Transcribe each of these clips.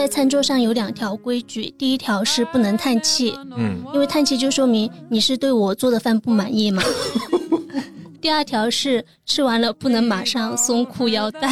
在餐桌上有2条规矩，第一条是不能叹气，因为叹气就说明你是对我做的饭不满意嘛。第2条是吃完了不能马上松裤腰带。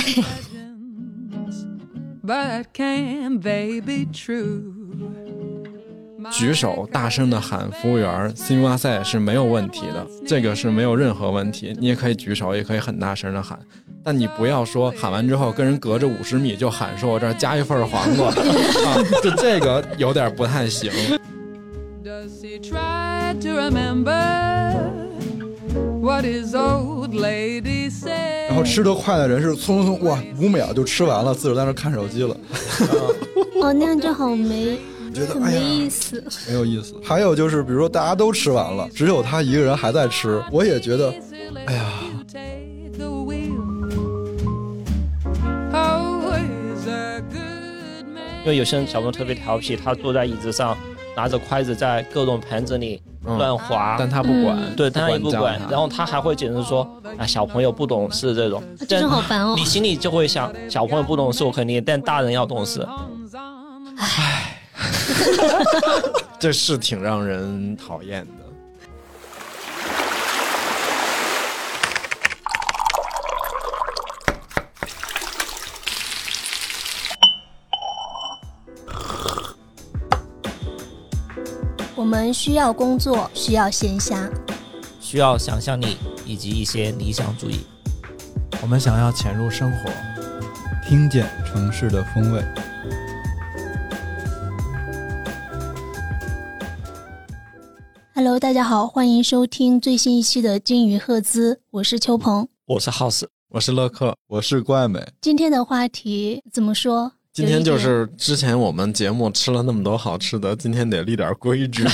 But can they be true？ 举手大声的喊服务员すみません是没有问题的，这个是没有任何问题，你也可以举手，也可以很大声的喊，但你不要说喊完之后跟人隔着50米就喊说我这儿加一份黄瓜就这个有点不太行。 Does he try to remember what his old lady said？ 然后吃得快的人是匆匆哇5秒就吃完了，自个在那看手机了。 那样就好没觉得没意思， 没有意思。还有就是比如说大家都吃完了，只有他一个人还在吃，我也觉得哎呀。 因为有些人小朋友特别调皮，他坐在椅子上拿着筷子在各种盘子里乱划， 但他不管， 对，但他也不管，然后他还会解释说啊，小朋友不懂事这种， 这种好烦哦。 你心里就会想，小朋友不懂事我肯定，但大人要懂事。 唉，这是挺让人讨厌的。 我们需要工作，需要闲暇， 需要想象力以及一些理想主义。 我们想要潜入生活，听见城市的风味。 Hello， 大家好，欢迎收听最新一期的金鱼赫兹，我是秋鹏， 我是 House， 我是乐克， 我是郭爱美。 今天的话题怎么说？ 今天就是之前我们节目吃了那么多好吃的，今天得立点规矩。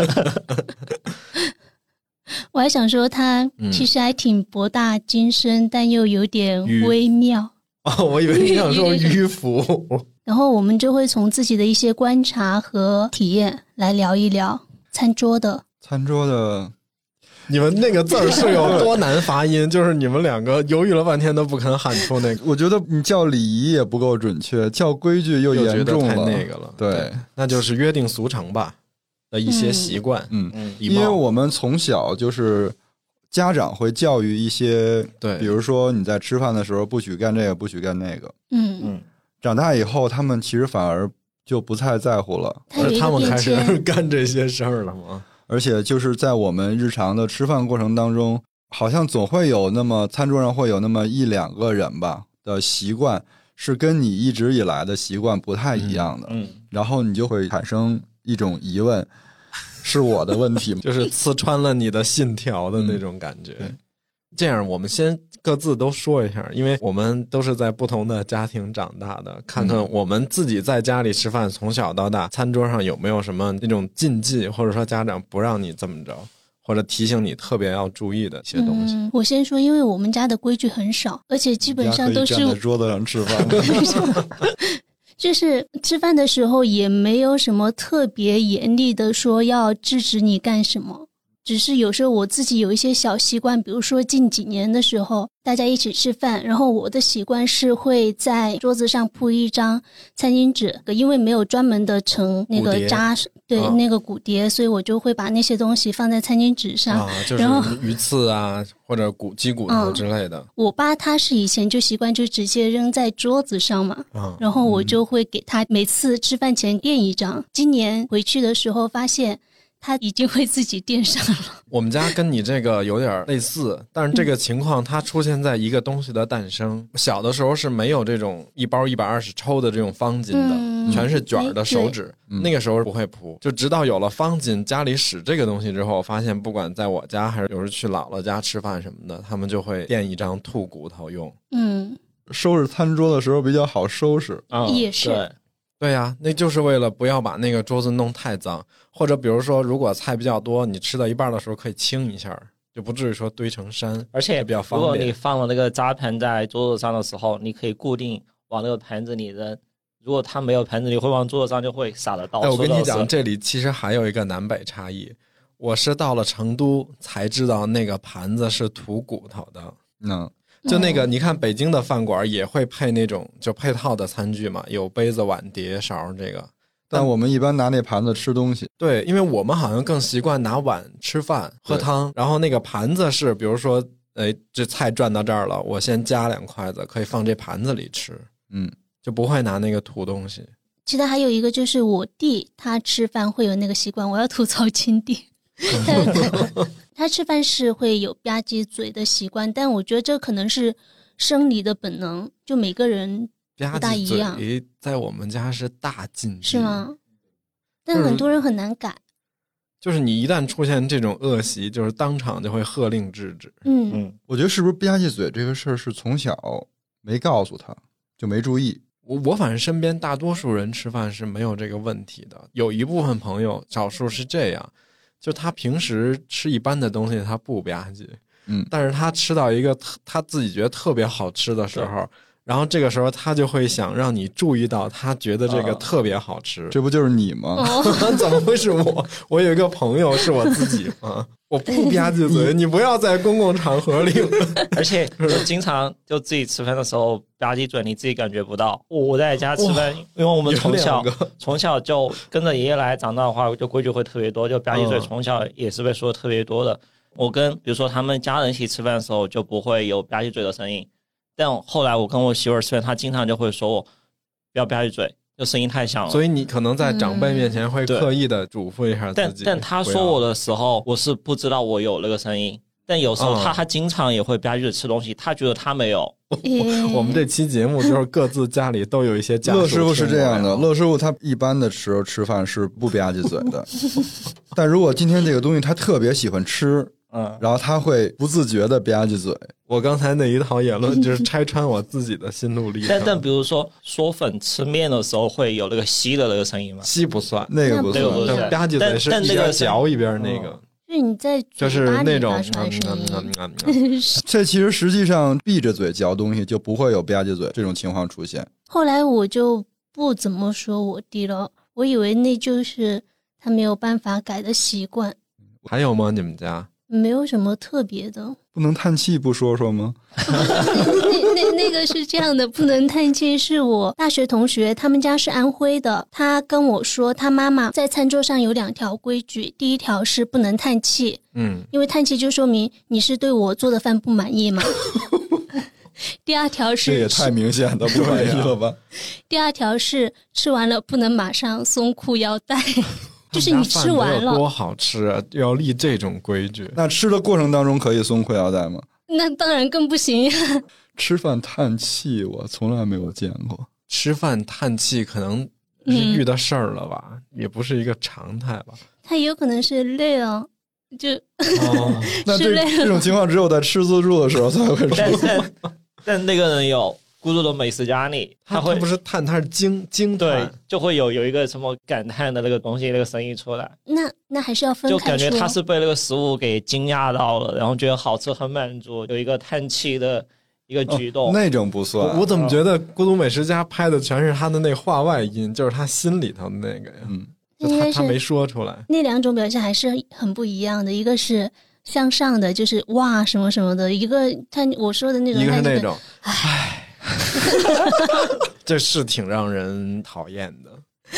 我还想说它其实还挺博大精深，但又有点微妙。 哦，我以为你想说迂腐。 然后我们就会从自己的一些观察和体验来聊一聊餐桌的。 你们那个字儿是有多难发音？就是你们两个犹豫了半天都不肯喊出那个。 我觉得你叫礼仪也不够准确，叫规矩又严重了， 太那个了。 对， 那就是约定俗成吧的一些习惯。 因为我们从小就是家长会教育一些，对，比如说你在吃饭的时候不许干这个，不许干那个。长大以后他们其实反而就不太在乎了， 而他们开始干这些事儿了吗？ 而且就是在我们日常的吃饭过程当中，好像总会有那么餐桌上会有那么1-2个人吧的习惯是跟你一直以来的习惯不太一样的。然后你就会产生一种疑问，是我的问题吗？ 就是刺穿了你的信条的那种感觉。这样我们先各自都说一下，因为我们都是在不同的家庭长大的，看看我们自己在家里吃饭从小到大餐桌上有没有什么那种禁忌，或者说家长不让你这么着，或者提醒你特别要注意的一些东西。 我先说，因为我们家的规矩很少，而且基本上都是站在桌子上吃饭就是吃饭的时候也没有什么特别严厉的说要制止你干什么，只是有时候我自己有一些小习惯，比如说近几年的时候大家一起吃饭，然后我的习惯是会在桌子上铺一张餐巾纸，因为没有专门的盛那个渣，对，那个骨碟，所以我就会把那些东西放在餐巾纸上， 就是鱼刺啊或者鸡骨头之类的。 我爸他是以前就习惯就直接扔在桌子上嘛，然后我就会给他每次吃饭前垫一张。今年回去的时候发现他已经会自己垫上了。 我们家跟你这个有点类似，但是这个情况它出现在一个东西的诞生。小的时候是没有这种一包120抽的这种方巾的，全是卷的手指，那个时候不会铺，就直到有了方巾，家里使这个东西之后，发现不管在我家还是有时候去姥姥家吃饭什么的，他们就会垫一张兔骨头用。 收拾餐桌的时候比较好收拾。 也是。 对呀，那就是为了不要把那个桌子弄太脏，或者比如说如果菜比较多，你吃到一半的时候可以清一下，就不至于说堆成山， 而且比较方便。 如果你放了那个渣盘在桌子上的时候，你可以固定往那个盘子里扔，如果它没有盘子，你会往桌子上就会撒得到处都是。 我跟你讲，这里其实还有一个南北差异，我是到了成都才知道那个盘子是吐骨头的。 就那个你看北京的饭馆也会配那种就配套的餐具嘛，有杯子碗碟勺这个， 但我们一般拿那盘子吃东西。 对，因为我们好像更习惯拿碗吃饭喝汤，然后那个盘子是比如说这菜转到这儿了，我先夹2筷子可以放这盘子里吃，就不会拿那个吐东西。 其实还有一个就是我弟他吃饭会有那个习惯，我要吐槽亲弟他吃饭是会有吧唧嘴的习惯，但我觉得这可能是生理的本能，就每个人不大一样。 吧唧嘴在我们家是大禁忌， 是吗？但很多人很难改。 就是你一旦出现这种恶习，就是当场就会喝令制止。 我觉得是不是吧唧嘴这个事儿是从小没告诉他，就没注意。 我反正身边大多数人吃饭是没有这个问题的，有一部分朋友少数是这样，就他平时吃一般的东西他不吧唧，但是他吃到一个他自己觉得特别好吃的时候，然后这个时候他就会想让你注意到他觉得这个特别好吃。 这不就是你吗？ 怎么会是我？我有一个朋友是我自己吗？我不吧唧嘴，你不要在公共场合里。 而且经常就自己吃饭的时候吧唧嘴，你自己感觉不到。我在家吃饭，因为我们从小就跟着爷爷来长大的话，就规矩会特别多，就吧唧嘴从小也是被说的特别多的。我跟比如说他们家人一起吃饭的时候，就不会有吧唧嘴的声音。但后来我跟我媳妇儿吃饭，她经常就会说我不要吧唧嘴，就声音太响了。 所以你可能在长辈面前会刻意的嘱咐一下自己。 但她说我的时候，我是不知道我有那个声音。但有时候她经常也会吧唧嘴吃东西，她觉得她没有。 我们这期节目就是各自家里都有一些家属。 乐师傅是这样的，乐师傅他一般的时候吃饭是不吧唧嘴的，但如果今天这个东西他特别喜欢吃，然后他会不自觉的吧唧嘴。 我刚才那一套言论就是拆穿我自己的心路历程。 但比如说嗦粉吃面的时候会有那个吸的那个声音吗？ 吸不算， 那个不算。 吧唧嘴是一边嚼一边那个。 就是你在就是那种这其实实际上闭着嘴嚼东西就不会有吧唧嘴这种情况出现。 后来我就不怎么说我弟了，我以为那就是他没有办法改的习惯。 还有吗？你们家没有什么特别的。 不能叹气不说说吗？ 那个是这样的，不能叹气是我大学同学，他们家是安徽的，他跟我说他妈妈在餐桌上有2条规矩，第一条是不能叹气，因为叹气就说明你是对我做的饭不满意嘛。第2条是这也太明显的不满意了吧。 第2条是吃完了不能马上松裤腰带。就是你吃完了多好吃啊，要立这种规矩。 那吃的过程当中可以松裤腰带吗？ 那当然更不行呀。 吃饭叹气我从来没有见过。 吃饭叹气可能是遇到事儿了吧，也不是一个常态吧。 他也有可能是累了，就那这种情况只有在吃自助的时候才会出现。但那个人有孤独的美食家里，他不是叹，他是惊叹， 对，就会有一个什么感叹的那个东西，那个声音出来。 那还是要分开说， 就感觉他是被那个食物给惊讶到了，然后觉得好吃很满足，有一个叹气的一个举动。 那种不算。 我怎么觉得孤独美食家拍的全是他的那话外音，就是他心里头的那个呀？就他没说出来。 那2种表现还是很不一样的，一个是向上的，就是哇什么什么的，一个我说的那种， 一个是那种唉。这是挺让人讨厌的。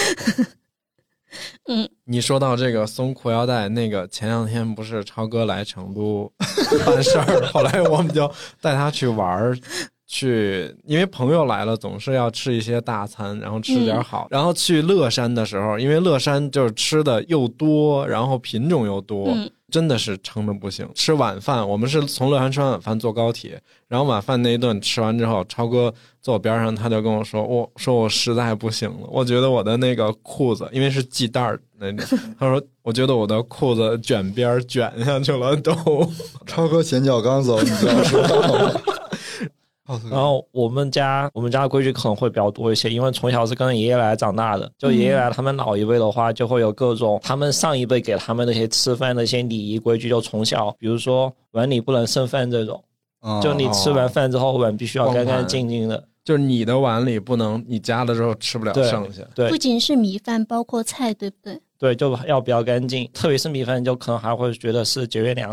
你说到这个松裤腰带，那个前2天不是超哥来成都办事儿，后来我们就带他去玩去，因为朋友来了总是要吃一些大餐，然后吃点好。然后去乐山的时候，因为乐山就是吃的又多，然后品种又多，真的是撑得不行。吃晚饭，我们是从乐山吃完晚饭坐高铁，然后晚饭那一顿吃完之后，超哥坐我边上，他就跟我说，我实在不行了，我觉得我的那个裤子，因为是系带那种，他说我觉得我的裤子卷边卷下去了都。 超哥前脚刚走，你知道是吧？ 然后我们家的规矩可能会比较多一些，因为从小是跟爷爷奶奶长大的，就爷爷奶奶他们老一辈的话，就会有各种他们上一辈给他们那些吃饭的一些礼仪规矩，就从小，比如说碗里不能剩饭这种，就你吃完饭之后碗必须要干干净净的， 就是你的碗里不能你夹了之后吃不了剩下。 对， 不仅是米饭，包括菜，对不对？ 对，就要比较干净，特别是米饭，就可能还会觉得是节约粮食。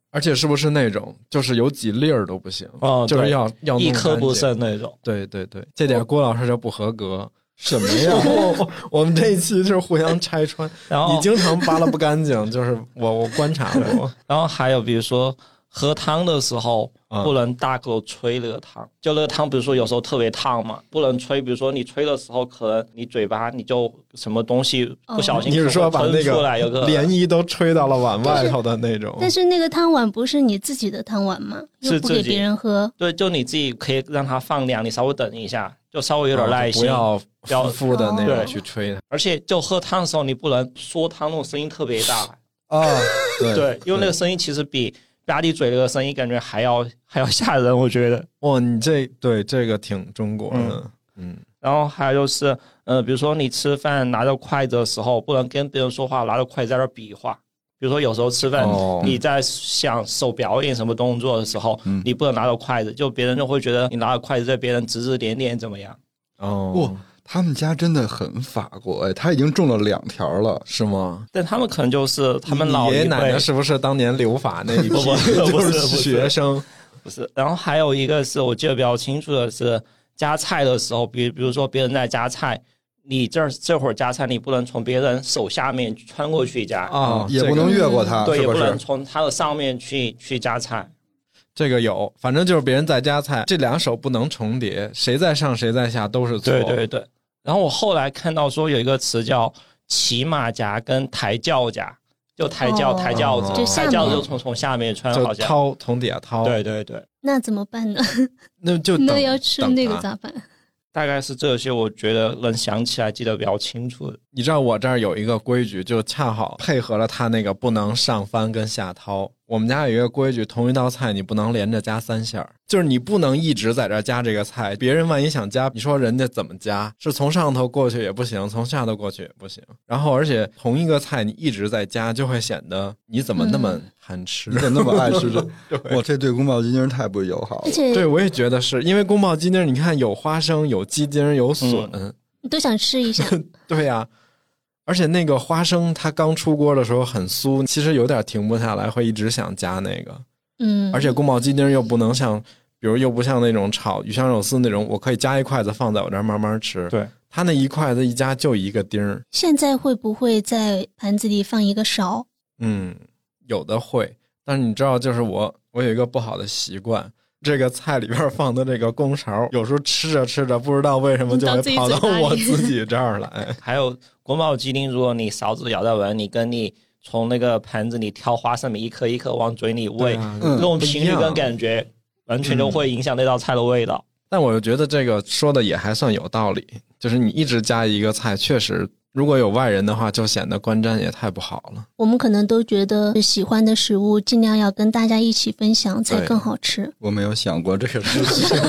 而且是不是那种就是有几粒儿都不行，就是要弄一颗不剩那种。 对对对，这点郭老师就不合格。什么呀？我们这一期就是互相拆穿， 然后你经常扒拉不干净，就是我观察过。 然后还有比如说喝汤的时候不能大口吹那个汤，就那个汤比如说有时候特别烫嘛，不能吹，比如说你吹的时候可能你嘴巴你就什么东西不小心你是说把那个涟漪都吹到了碗外头的那种？ 但是那个汤碗不是你自己的汤碗吗？又不给别人喝。 对，就你自己可以让它放凉，你稍微等一下，就稍微有点耐心， 不要敷的那种去吹它。 而且就喝汤的时候你不能说汤那种声音特别大对， 因为那个声音其实比吧唧嘴那个声音感觉还要吓人，我觉得。 哇，你这个挺中国的。 然后还有就是比如说你吃饭拿着筷子的时候不能跟别人说话拿着筷子在那比划，比如说有时候吃饭你在想手表演什么动作的时候你不能拿着筷子，就别人就会觉得你拿着筷子对别人指指点点怎么样。 他们家真的很法国，他已经中了2条了， 是吗？ 但他们可能就是他们老爷爷奶奶是不是当年留法那一批就是学生？ 不是。然后还有一个是我记得比较清楚的是夹菜的时候，比如说别人在夹菜，你这会儿夹菜你不能从别人手下面穿过去夹也不能越过他， 对， 是不是？ 也不能从他的上面去夹菜。 这个有，反正就是别人在夹菜，这两手不能重叠，谁在上谁在下都是错。 对对对。然后我后来看到说有一个词叫骑马夹跟抬轿夹，就抬轿子，抬轿子就从下面穿，好像掏从底下掏。 对对对。 那怎么办呢？ 那要吃那个咋办？ 大概是这些，我觉得能想起来记得比较清楚的。 你知道我这儿有一个规矩，就恰好配合了他那个不能上翻跟下掏。我们家有一个规矩，同一道菜你不能连着加3馅儿，就是你不能一直在这加这个菜，别人万一想加，你说人家怎么加？是从上头过去也不行，从下头过去也不行。然后而且同一个菜你一直在加，就会显得你怎么那么贪吃， 你怎么那么爱吃这这对宫保鸡丁太不友好了。 对，我也觉得是因为宫保鸡丁你看有花生有鸡丁有笋， 你都想吃一下。 对呀。而且那个花生它刚出锅的时候很酥，其实有点停不下来，会一直想加那个。而且宫保鸡丁又不能像，比如又不像那种炒鱼香肉丝那种，我可以夹一筷子放在我这儿慢慢吃。 对， 它那一筷子一夹就一个丁。 现在会不会在盘子里放一个勺？ 有的会，但是你知道，就是我有一个不好的习惯。这个菜里边放的这个公勺，有时候吃着吃着不知道为什么就会跑到我自己这儿来。 还有宫保鸡丁，如果你勺子咬在碗，你跟你从那个盘子里挑花生米一颗一颗往嘴里喂，那种频率跟感觉完全就会影响那道菜的味道。 但我就觉得这个说的也还算有道理，就是你一直加一个菜，确实如果有外人的话就显得观瞻也太不好了。 我们可能都觉得喜欢的食物尽量要跟大家一起分享才更好吃。 我没有想过这个事情。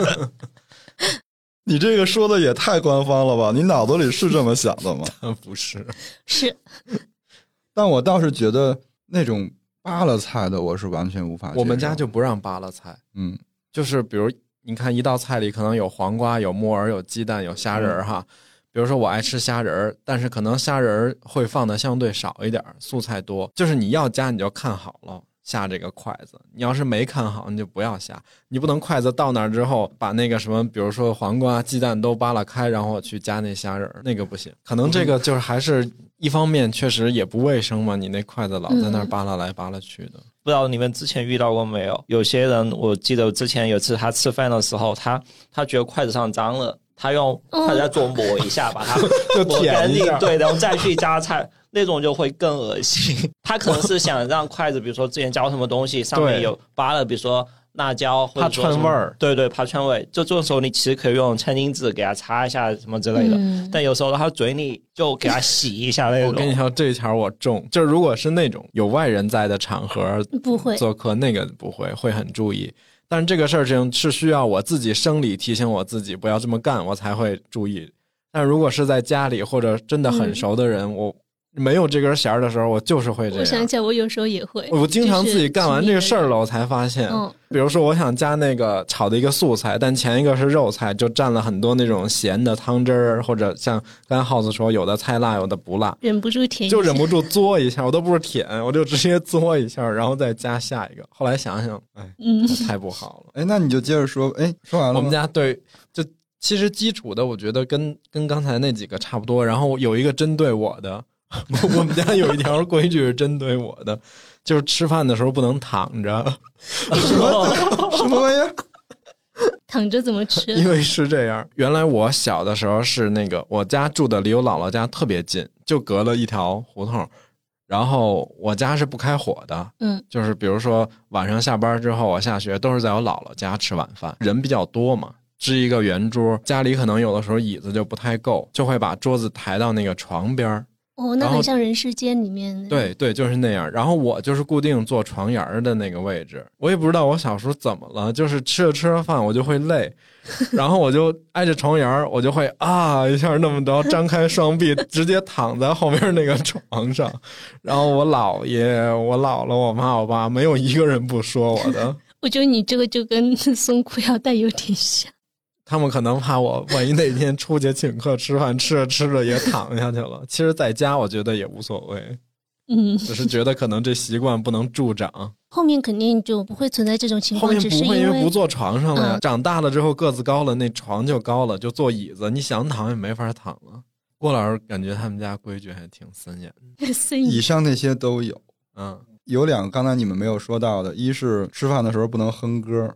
你这个说的也太官方了吧，你脑子里是这么想的吗？ 不是。 是。 但我倒是觉得那种扒拉菜的我是完全无法接受。 我们家就不让扒拉菜。就是比如你看一道菜里可能有黄瓜有木耳有鸡蛋有虾仁哈，比如说我爱吃虾仁，但是可能虾仁会放的相对少一点，素菜多，就是你要加你就看好了下这个筷子，你要是没看好你就不要下，你不能筷子到那儿之后把那个什么比如说黄瓜鸡蛋都扒拉开然后去加那虾仁，那个不行。可能这个就是还是一方面确实也不卫生嘛，你那筷子老在那儿扒拉来扒拉去的。 不知道你们之前遇到过没有，有些人我记得之前有次他吃饭的时候他觉得筷子上脏了，他用筷子在左抹一下把它抹干净，对，然后再去夹菜，那种就会更恶心。他可能是想让筷子比如说之前夹什么东西上面有扒了，比如说辣椒或者说怕串味儿， 对对，怕串味，就这种时候你其实可以用餐巾纸给它擦一下什么之类的，但有时候他嘴里就给它洗一下那种。 我跟你说这一条我中，就是如果是那种有外人在的场合不会做客，那个不会，会很注意。但是这个事儿是需要我自己生理提醒我自己不要这么干，我才会注意。但如果是在家里或者真的很熟的人， 没有这根弦的时候，我就是会这样。 我想起来，我有时候也会。 我经常自己干完这个事儿了，我才发现，比如说我想加那个炒的一个素菜，但前一个是肉菜，就蘸了很多那种咸的汤汁儿，或者像刚才耗子说，有的菜辣，有的不辣， 忍不住舔一下， 就忍不住嘬一下，我都不是舔，我就直接嘬一下，然后再加下一个。后来想想，太不好了。 那你就接着说，说完了吗？ 我们家对，就其实基础的，我觉得跟刚才那几个差不多。然后有一个针对我的。我们家有一条规矩是针对我的，就是吃饭的时候不能躺着。 什么玩意儿？ 躺着怎么吃？ 因为是这样，原来我小的时候是那个，我家住的离我姥姥家特别近，就隔了一条胡同。然后我家是不开火的，就是比如说晚上下班之后，我下学都是在我姥姥家吃晚饭，人比较多嘛。支一个圆桌，家里可能有的时候椅子就不太够，就会把桌子抬到那个床边。 那很像人世间里面的。 对对，就是那样。然后我就是固定坐床沿的那个位置。我也不知道我小时候怎么了，就是吃着饭我就会累，然后我就挨着床沿，我就会一下那么着张开双臂，直接躺在后面那个床上。然后我姥爷、我姥姥、我妈、我爸没有一个人不说我的。 我觉得你这个就跟松裤腰带有点像。 他们可能怕我万一哪天出去请客吃饭，吃着吃着也躺下去了。其实在家我觉得也无所谓，只是觉得可能这习惯不能助长。 后面肯定就不会存在这种情况， 后面不会，因为不坐床上了呀。长大了之后个子高了，那床就高了，就坐椅子，你想躺也没法躺了。郭老师感觉他们家规矩还挺森严的。 以上那些都有，有两个刚才你们没有说到的，一是吃饭的时候不能哼歌。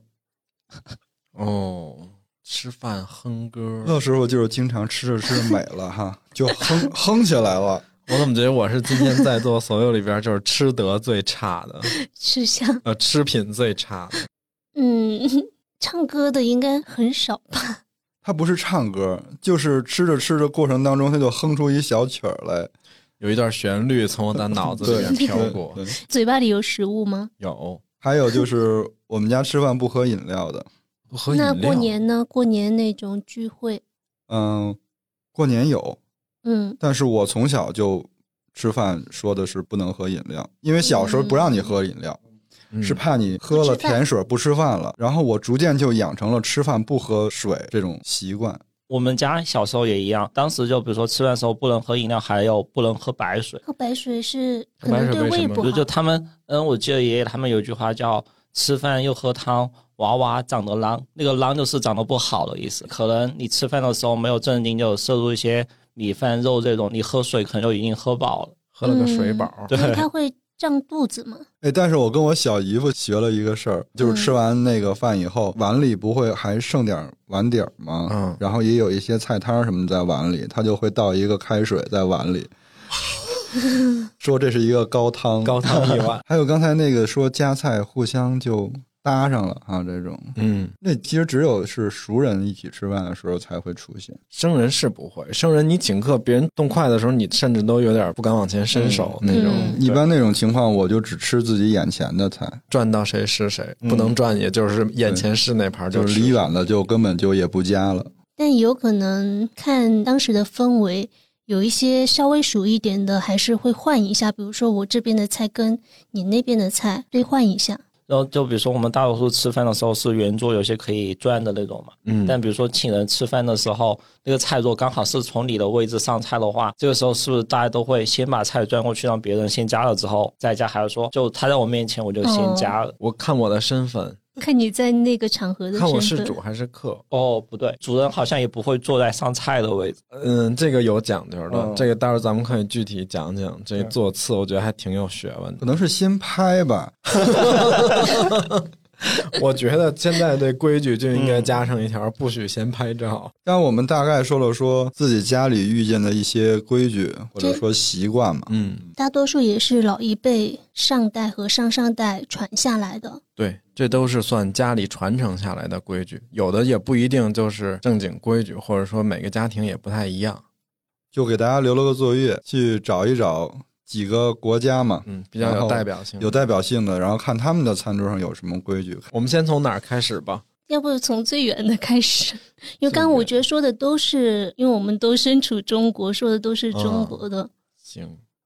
吃饭哼歌， 那时候就是经常吃着吃着美了哈，就哼起来了。 我怎么觉得我是今天在座所有里边就是吃得最差的， 吃相吃品最差的。 唱歌的应该很少吧？ 他不是唱歌，就是吃着吃着过程当中他就哼出一小曲儿来， 有一段旋律从我的脑子里面飘过。 嘴巴里有食物吗？ 有。 还有就是我们家吃饭不喝饮料的。 不喝饮料。 那过年呢？过年那种聚会， 过年有， 但是我从小就吃饭说的是不能喝饮料，因为小时候不让你喝饮料，是怕你喝了甜水不吃饭了。然后我逐渐就养成了吃饭不喝水这种习惯。 我们家小时候也一样，当时就比如说吃饭的时候不能喝饮料，还有不能喝白水。 喝白水是可能对胃不好。 就他们，我记得爷爷他们有一句话叫吃饭又喝汤，娃娃长得狼，那个狼就是长得不好的意思。可能你吃饭的时候没有镇定，就摄入一些米饭肉这种，你喝水可能就已经喝饱了， 喝了个水饱。 对， 它会胀肚子吗？ 但是我跟我小姨夫学了一个事儿，就是吃完那个饭以后，碗里不会还剩点碗底儿吗？然后也有一些菜汤什么在碗里，他就会倒一个开水在碗里。说这是一个高汤一碗。 还有刚才那个说夹菜互相就搭上了啊，这种那其实只有是熟人一起吃饭的时候才会出现， 生人是不会。生人你请客别人动筷的时候，你甚至都有点不敢往前伸手那种。 一般那种情况我就只吃自己眼前的菜， 转到谁是谁，不能转也就是眼前是那盘就是离远了就根本就也不夹了。 但有可能看当时的氛围，有一些稍微熟一点的还是会换一下，比如说我这边的菜跟你那边的菜兑换一下。 然后就比如说我们大多数吃饭的时候是圆桌，有些可以转的那种嘛。但比如说请人吃饭的时候，那个菜桌刚好是从你的位置上菜的话，这个时候是不是大家都会先把菜转过去，让别人先夹了之后再夹，还是说就他在我面前我就先夹了？ 我看我的身份。 看你在那个场合的身份， 看我是主还是客。 不对，主人好像也不会坐在上菜的位置。 这个有讲究的，这个待会儿咱们可以具体讲讲。这座次我觉得还挺有学问的。 可能是先拍吧。 我觉得现在这规矩就应该加上一条，不许先拍照。 但我们大概说了说自己家里遇见的一些规矩或者说习惯嘛， 大多数也是老一辈上代和上上代传下来的。 对，这都是算家里传承下来的规矩，有的也不一定就是正经规矩，或者说每个家庭也不太一样。 就给大家留了个作业，去找一找几个国家嘛， 比较有代表性， 的，然后看他们的餐桌上有什么规矩。 我们先从哪儿开始吧？ 要不从最远的开始？因为刚刚我觉得说的都是，因为我们都身处中国，说的都是中国的。 行，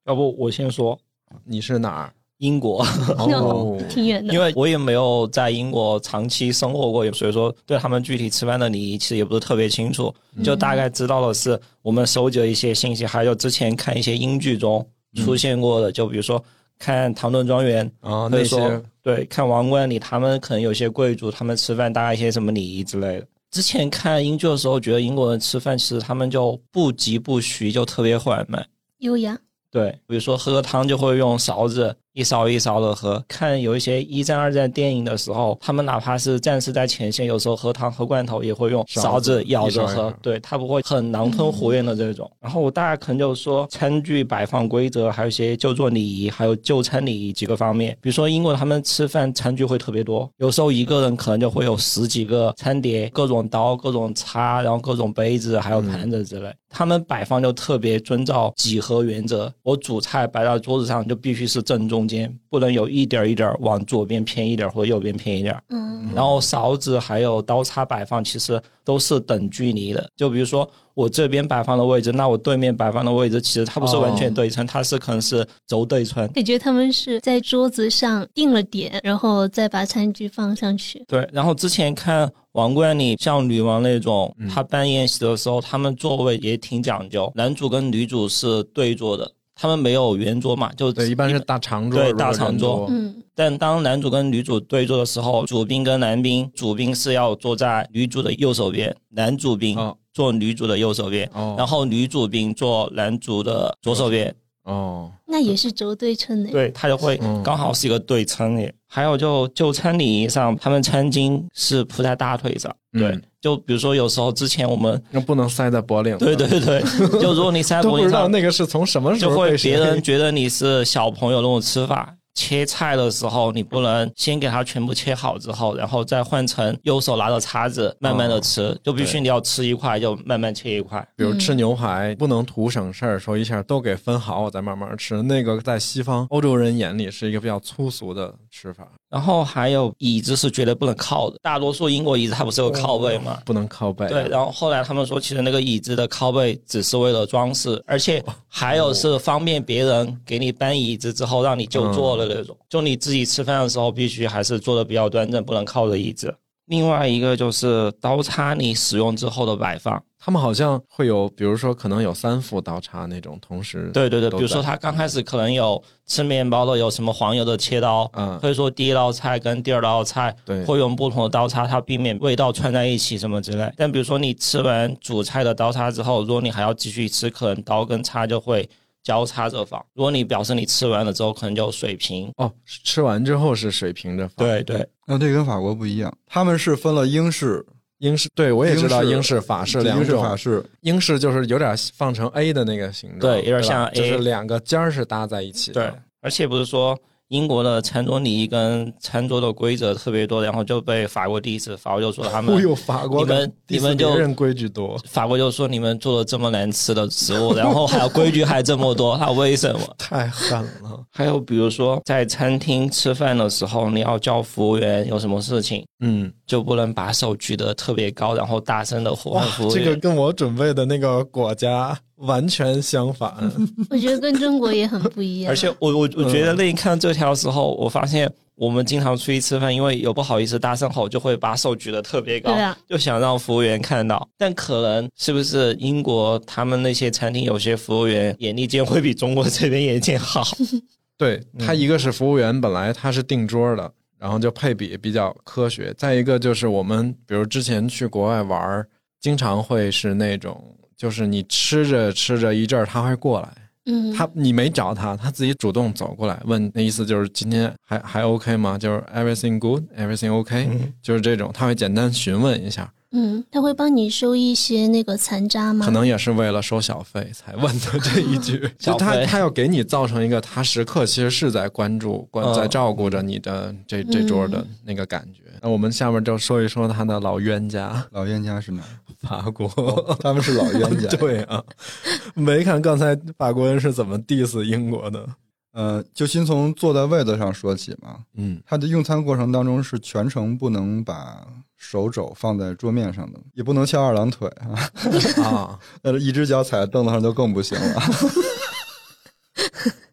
要不我先说， 你是哪儿？ 英国。 哦， 挺远的。 因为我也没有在英国长期生活过，所以说对他们具体吃饭的礼仪其实也不是特别清楚，就大概知道的是我们收集的一些信息，还有之前看一些英剧中出现过的，就比如说看《唐顿庄园》 那些对，看《王冠》里他们可能有些贵族他们吃饭大概一些什么礼仪之类的。之前看英剧的时候，觉得英国人吃饭其实他们就不急不徐，就特别缓慢优雅。 对，比如说喝个汤就会用勺子一勺一勺的喝。看有一些一战二战电影的时候，他们哪怕是战士在前线，有时候喝汤喝罐头也会用勺子舀着喝，对，他不会很狼吞虎咽的这种。然后我大概可能就说餐具摆放规则，还有一些就桌礼仪，还有就餐礼仪几个方面。比如说英国他们吃饭餐具会特别多，有时候一个人可能就会有10几个餐碟，各种刀各种叉，然后各种杯子还有盘子之类。他们摆放就特别遵照几何原则，我主菜摆到桌子上就必须是正中间，不能有一点一点往左边偏一点或右边偏一点。然后勺子还有刀叉摆放其实都是等距离的，就比如说我这边摆放的位置，那我对面摆放的位置其实它不是完全对称，它是可能是轴对称。 感觉他们是在桌子上定了点，然后再把餐具放上去。 对，然后之前看王冠里像女王那种，他办宴席的时候他们座位也挺讲究，男主跟女主是对坐的，他们没有圆桌嘛，就对，一般是大长桌， 对，大长桌。但当男主跟女主对坐的时候，主宾跟男宾，主宾是要坐在女主的右手边，男主宾坐女主的右手边，然后女主宾坐男主的左手边。 那也是轴对称的。 对，它就会刚好是一个对称的。还有就餐礼仪上，他们餐巾是铺在大腿上。对，就比如说有时候之前我们不能塞在脖领。 对对对，就如果你塞在脖领上， 都不知道那个是从什么时候就会别人觉得你是小朋友那种吃法。切菜的时候你不能先给它全部切好之后，然后再换成右手拿着叉子慢慢的吃，就必须你要吃一块就慢慢切一块。 比如吃牛排不能图省事儿，说一下都给分好我再慢慢吃，那个在西方欧洲人眼里是一个比较粗俗的吃法。 然后还有椅子是绝对不能靠的，大多数英国椅子它不是有靠背吗？ 不能靠背。 对，然后后来他们说其实那个椅子的靠背只是为了装饰，而且还有是方便别人给你搬椅子之后让你就坐的那种，就你自己吃饭的时候必须还是坐的比较端正，不能靠着椅子。另外一个就是刀叉你使用之后的摆放，他们好像会有比如说可能有3副刀叉那种同时。 对对对，比如说他刚开始可能有吃面包的，有什么黄油的切刀，或者说第一道菜跟第二道菜会用不同的刀叉，它避免味道串在一起什么之类。但比如说你吃完主菜的刀叉之后，如果你还要继续吃，可能刀跟叉就会交叉着放，如果你表示你吃完了之后可能就水平。 吃完之后是水平着放。 对对， 那这跟法国不一样，他们是分了英式， 对，我也知道英式法式两种。 英式法式， 英式就是有点放成 A 的那个形状， 对，有点像 A， 就是2个尖儿是搭在一起的。 对，而且不是说英国的餐桌礼仪跟餐桌的规则特别多，然后就被法国第一次，法国就说他们法国你们就人规矩多， 法国就说你们做了这么难吃的食物，然后还有规矩还这么多，他为什么？ 太狠了。 还有比如说在餐厅吃饭的时候，你要叫服务员有什么事情，就不能把手举得特别高，然后大声的呼唤服务员。 这个跟我准备的那个国家完全相反。 我觉得跟中国也很不一样。 而且我觉得那一看这条的时候，我发现我们经常出去吃饭，因为有不好意思大声吼，就会把手举得特别高，就想让服务员看到。但可能是不是英国他们那些餐厅有些服务员眼力见会比中国这边眼见好？ 对，他一个是服务员本来他是定桌的，然后就配比较科学。再一个就是我们比如之前去国外玩，经常会是那种就是你吃着吃着一阵儿他会过来，你没找他自己主动走过来问，那意思就是今天还 OK 吗？就是 everything good everything OK，就是这种他会简单询问一下。 他会帮你收一些那个残渣吗？ 可能也是为了收小费才问的这一句。就他要给你造成一个他时刻其实是在关注在照顾着你的这桌的那个感觉。那我们下面就说一说他的老冤家。 老冤家是哪？ 法国。 他们是老冤家。 对啊，没看刚才法国人是怎么 diss 英国的。 就先从坐在位子上说起嘛。他的用餐过程当中是全程不能把手肘放在桌面上的，也不能翘2郎腿一只脚踩在凳子上就更不行了。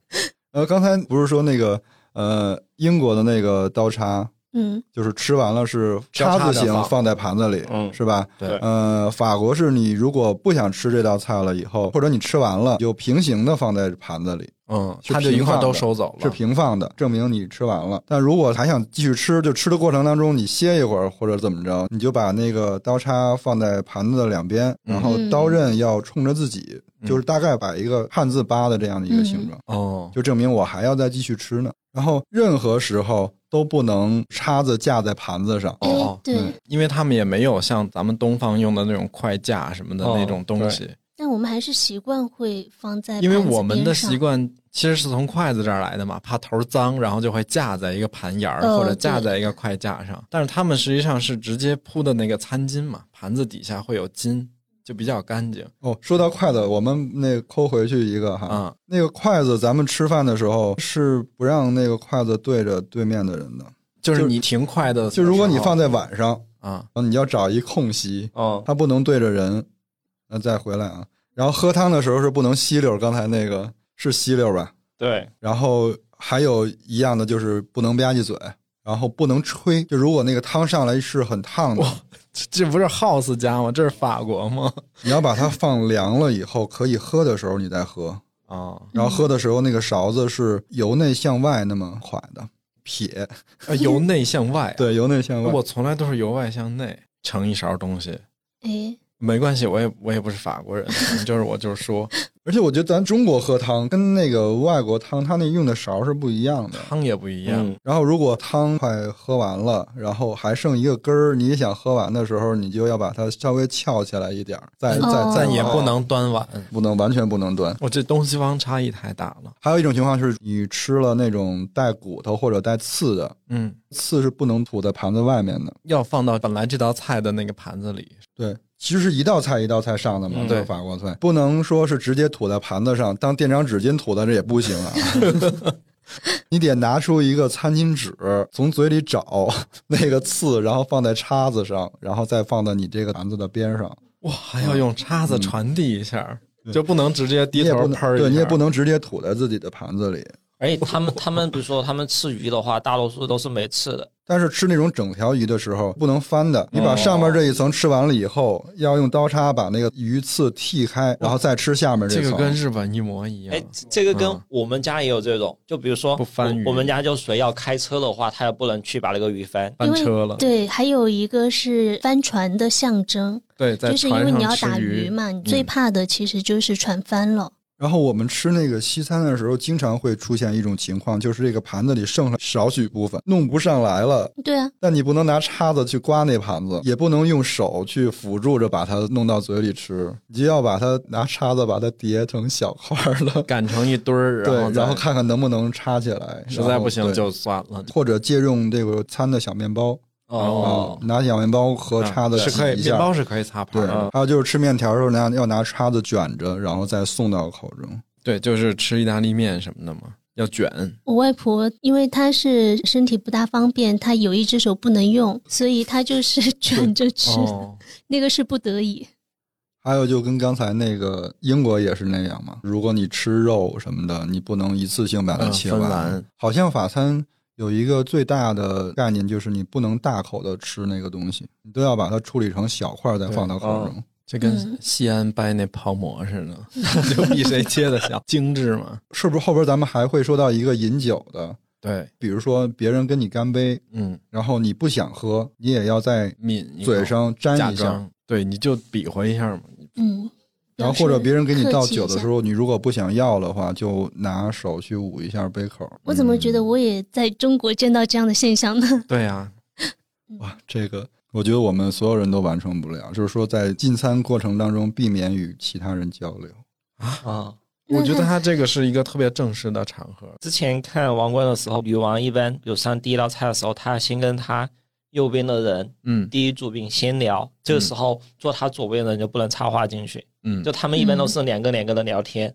刚才不是说那个英国的那个刀叉，就是吃完了是叉字形放在盘子里，是吧？ 对。 法国是你如果不想吃这道菜了以后，或者你吃完了就平行的放在盘子里， 它就一块都收走了， 是平放的，证明你吃完了。但如果还想继续吃，就吃的过程当中你歇一会儿或者怎么着，你就把那个刀叉放在盘子的两边，然后刀刃要冲着自己，就是大概摆一个汉字8的这样的一个形状，就证明我还要再继续吃呢。然后任何时候都不能叉子架在盘子上， 对， 因为他们也没有像咱们东方用的那种筷架什么的那种东西。 但我们还是习惯会放在盘子边上， 因为我们的习惯其实是从筷子这儿来的嘛，怕头脏，然后就会架在一个盘沿儿，或者架在一个筷架上。但是他们实际上是直接铺的那个餐巾嘛，盘子底下会有巾，就比较干净。 说到筷子，我们那抠回去一个哈，那个筷子咱们吃饭的时候是不让那个筷子对着对面的人的， 就是你停筷的时候， 就如果你放在碗上啊， 你要找一空隙，它不能对着人。那再回来啊，然后喝汤的时候是不能吸溜，刚才那个是吸溜吧？ 对。 然后还有一样的就是不能吧唧嘴，然后不能吹，就如果那个汤上来是很烫的， 这不是 house 家吗？这是法国吗？ 你要把它放凉了以后，可以喝的时候你再喝啊。 然后喝的时候那个勺子是由内向外那么快的撇， 由内向外， 对，由内向外。 我从来都是由外向内盛一勺东西。没关系，我也不是法国人，我就是说， 而且我觉得咱中国喝汤跟那个外国汤，它那用的勺是不一样的， 汤也不一样。 然后如果汤快喝完了，然后还剩一个根儿，你想喝完的时候，你就要把它稍微翘起来一点，再也不能端碗， 不能完全不能端。 我这东西方差异太大了。 还有一种情况是你吃了那种带骨头或者带刺的，刺是不能吐在盘子外面的， 要放到本来这道菜的那个盘子里。 对。其实是一道菜一道菜上的嘛， 对， 法国菜不能说是直接吐在盘子上，当垫张纸巾吐在这也不行啊。你得拿出一个餐巾纸，从嘴里找那个刺，然后放在叉子上，然后再放到你这个盘子的边上。 哇，还要用叉子传递一下，就不能直接低头喷一下。 对，你也不能直接吐在自己的盘子里。 而且他们比如说他们吃鱼的话，大多数都是没刺的。 但是吃那种整条鱼的时候不能翻的，你把上面这一层吃完了以后，要用刀叉把那个鱼刺剔开，然后再吃下面这层。 这个跟日本一模一样。 这个跟我们家也有这种，就比如说不翻鱼， 我们家就谁要开车的话，他也不能去把那个鱼翻车了。 对，还有一个是帆船的象征。 对，在就是因为你要打鱼嘛，你最怕的其实就是船翻了。 然后我们吃那个西餐的时候经常会出现一种情况，就是这个盘子里剩了少许部分弄不上来了。 对啊， 但你不能拿叉子去刮那盘子，也不能用手去辅助着把它弄到嘴里吃，你就要把它拿叉子把它叠成小块的， 擀成一堆儿， 然后看看能不能插起来， 实在不行就算了。 或者借用这个餐的小面包。拿小面包和叉子是可以，面包是可以擦盘。 对，还有就是吃面条的时候要拿叉子卷着，然后再送到口中。 对，就是吃意大利面什么的嘛，要卷。 我外婆因为她是身体不大方便，她有一只手不能用，所以她就是卷着吃，那个是不得已。 还有就跟刚才那个英国也是那样嘛，如果你吃肉什么的，你不能一次性把它切完。好像法餐有一个最大的概念，就是你不能大口的吃那个东西，你都要把它处理成小块再放到口中。 这跟西安掰那泡馍似的，就比谁切的小，精致嘛。 是不是后边咱们还会说到一个饮酒的？ 对， 比如说别人跟你干杯，然后你不想喝，你也要在嘴上沾一下， 对，你就比划一下嘛。 然后或者别人给你倒酒的时候，你如果不想要的话，就拿手去捂一下杯口。 我怎么觉得我也在中国见到这样的现象呢？ 对啊， 哇，这个我觉得我们所有人都完成不了，就是说在进餐过程当中避免与其他人交流啊。我觉得他这个是一个特别正式的场合。 之前看王冠的时候，女王一般有上第一道菜的时候，他先跟他右边的人，第一主宾先聊，这个时候坐他左边的人就不能插话进去，就他们一般都是两个的聊天，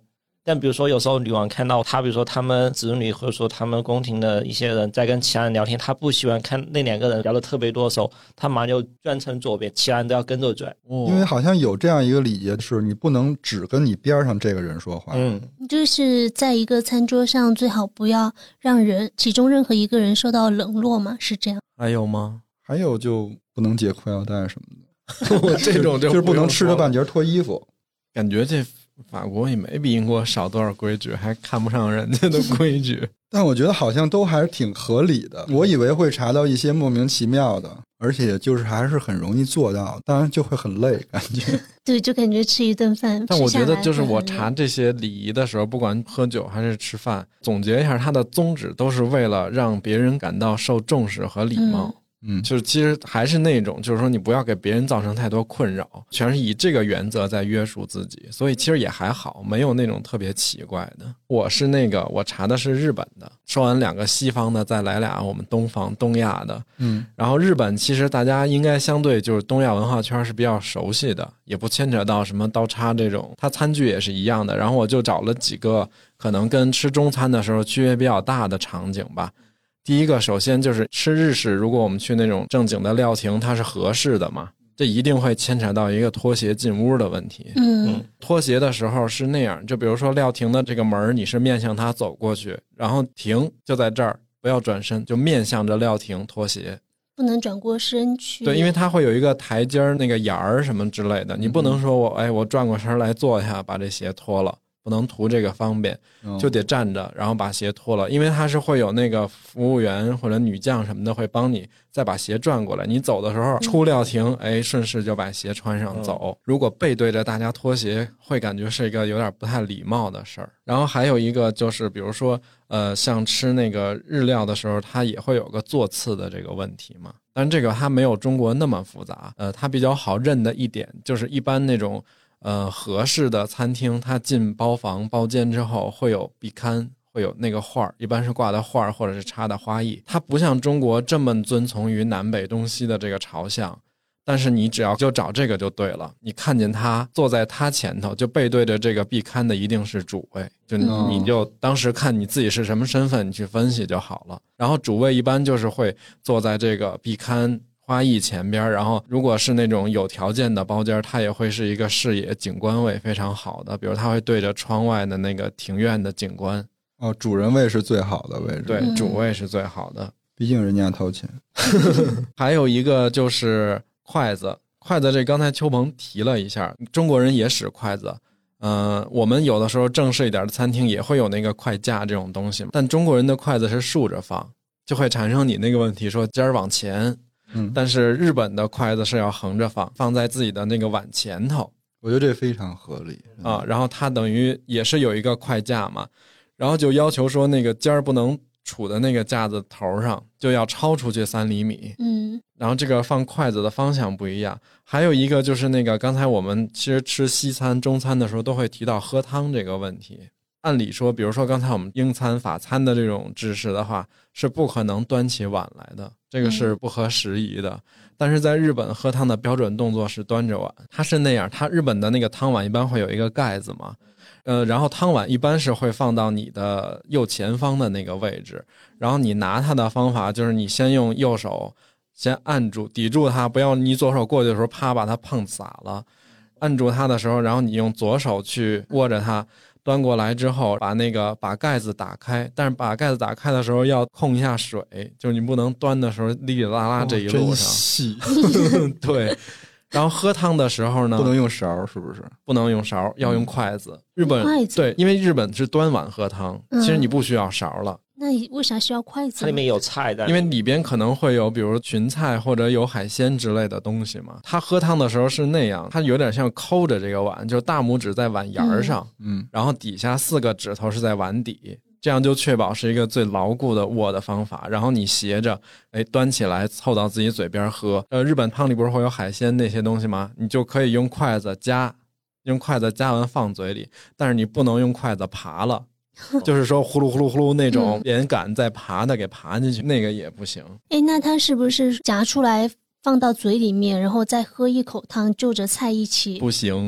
但比如说有时候女王看到他比如说他们子女或者说他们宫廷的一些人在跟其他人聊天，他不喜欢看那2个人聊得特别多的时候，他马上就转成左边，其他人都要跟着转。 因为好像有这样一个礼节，是你不能只跟你边上这个人说话。 就是在一个餐桌上最好不要让其中任何一个人受到冷落嘛，是这样。 还有吗？ 还有就不能解裤腰带什么的。 我这种就是不能吃着半截脱衣服。 感觉这法国也没比英国少多少规矩，还看不上人家的规矩。 但我觉得好像都还是挺合理的，我以为会查到一些莫名其妙的，而且就是还是很容易做到，当然就会很累感觉。 对，就感觉吃一顿饭。 但我觉得就是我查这些礼仪的时候，不管喝酒还是吃饭，总结一下它的宗旨都是为了让别人感到受重视和礼貌。就是其实还是那种，就是说你不要给别人造成太多困扰，全是以这个原则在约束自己，所以其实也还好，没有那种特别奇怪的。我查的是日本的，说完2个西方的，再来俩我们东亚的。然后日本其实大家应该相对就是东亚文化圈是比较熟悉的，也不牵扯到什么刀叉这种，它餐具也是一样的。然后我就找了几个可能跟吃中餐的时候区别比较大的场景吧。第一个，首先就是吃日式，如果我们去那种正经的料亭，它是合适的嘛，这一定会牵扯到一个脱鞋进屋的问题。脱鞋的时候是那样，就比如说料亭的这个门，你是面向它走过去，然后停就在这儿，不要转身，就面向着料亭脱鞋， 不能转过身去。 对，因为它会有一个台阶那个沿儿什么之类的，你不能说我转过身来坐下把这鞋脱了，不能图这个方便，就得站着然后把鞋脱了，因为它是会有那个服务员或者女将什么的会帮你再把鞋转过来，你走的时候出料亭顺势就把鞋穿上走。如果背对着大家脱鞋会感觉是一个有点不太礼貌的事儿。然后还有一个就是比如说像吃那个日料的时候，它也会有个座次的这个问题嘛，但这个它没有中国那么复杂。它比较好认的一点就是一般那种合适的餐厅，它进包房包间之后会有壁龛，会有那个画，一般是挂的画或者是插的花艺。它不像中国这么遵从于南北东西的这个朝向，但是你只要就找这个就对了，你看见他坐在他前头，就背对着这个壁龛的一定是主位，就你就当时看你自己是什么身份，你去分析就好了。然后主位一般就是会坐在这个壁龛花艺前边，然后如果是那种有条件的包间，它也会是一个视野景观位非常好的，比如它会对着窗外的那个庭院的景观。 主人位是最好的位置。 对，主位是最好的， 毕竟人家掏钱。 还有一个就是筷子这刚才邱鹏提了一下，中国人也使筷子。我们有的时候正式一点的餐厅也会有那个筷架这种东西，但中国人的筷子是竖着放，就会产生你那个问题，说尖儿往前。但是日本的筷子是要横着放在自己的那个碗前头， 我觉得这非常合理啊。然后它等于也是有一个筷架嘛，然后就要求说那个尖儿不能杵在那个架子头上，就要超出去3厘米。然后这个放筷子的方向不一样。还有一个就是那个刚才我们其实吃西餐中餐的时候都会提到喝汤这个问题。按理说比如说刚才我们英餐法餐的这种知识的话是不可能端起碗来的，这个是不合时宜的。但是在日本喝汤的标准动作是端着碗，它是那样，它日本的那个汤碗一般会有一个盖子嘛，然后汤碗一般是会放到你的右前方的那个位置，然后你拿它的方法就是你先用右手先按住抵住它，不要你左手过去的时候啪把它碰洒了，按住它的时候然后你用左手去握着它，端过来之后把盖子打开，但是把盖子打开的时候要控一下水，就是你不能端的时候哩哩啦啦这一路上， 真细对。然后喝汤的时候呢不能用勺，是不是？ 不能用勺，要用筷子。日本对，因为日本是端碗喝汤，其实你不需要勺了。 那你为啥需要筷子？ 它里面有菜的， 因为里边可能会有比如芹菜或者有海鲜之类的东西嘛。他喝汤的时候是那样，他有点像抠着这个碗，就是大拇指在碗沿上，然后底下4个指头是在碗底，这样就确保是一个最牢固的握的方法。然后你斜着端起来凑到自己嘴边喝。日本汤里不是会有海鲜那些东西吗？你就可以用筷子夹完放嘴里，但是你不能用筷子扒了。就是说呼噜呼噜呼噜那种连杆再爬的给爬进去，那个也不行。 那它是不是夹出来放到嘴里面，然后再喝一口汤就着菜一起？ 不行。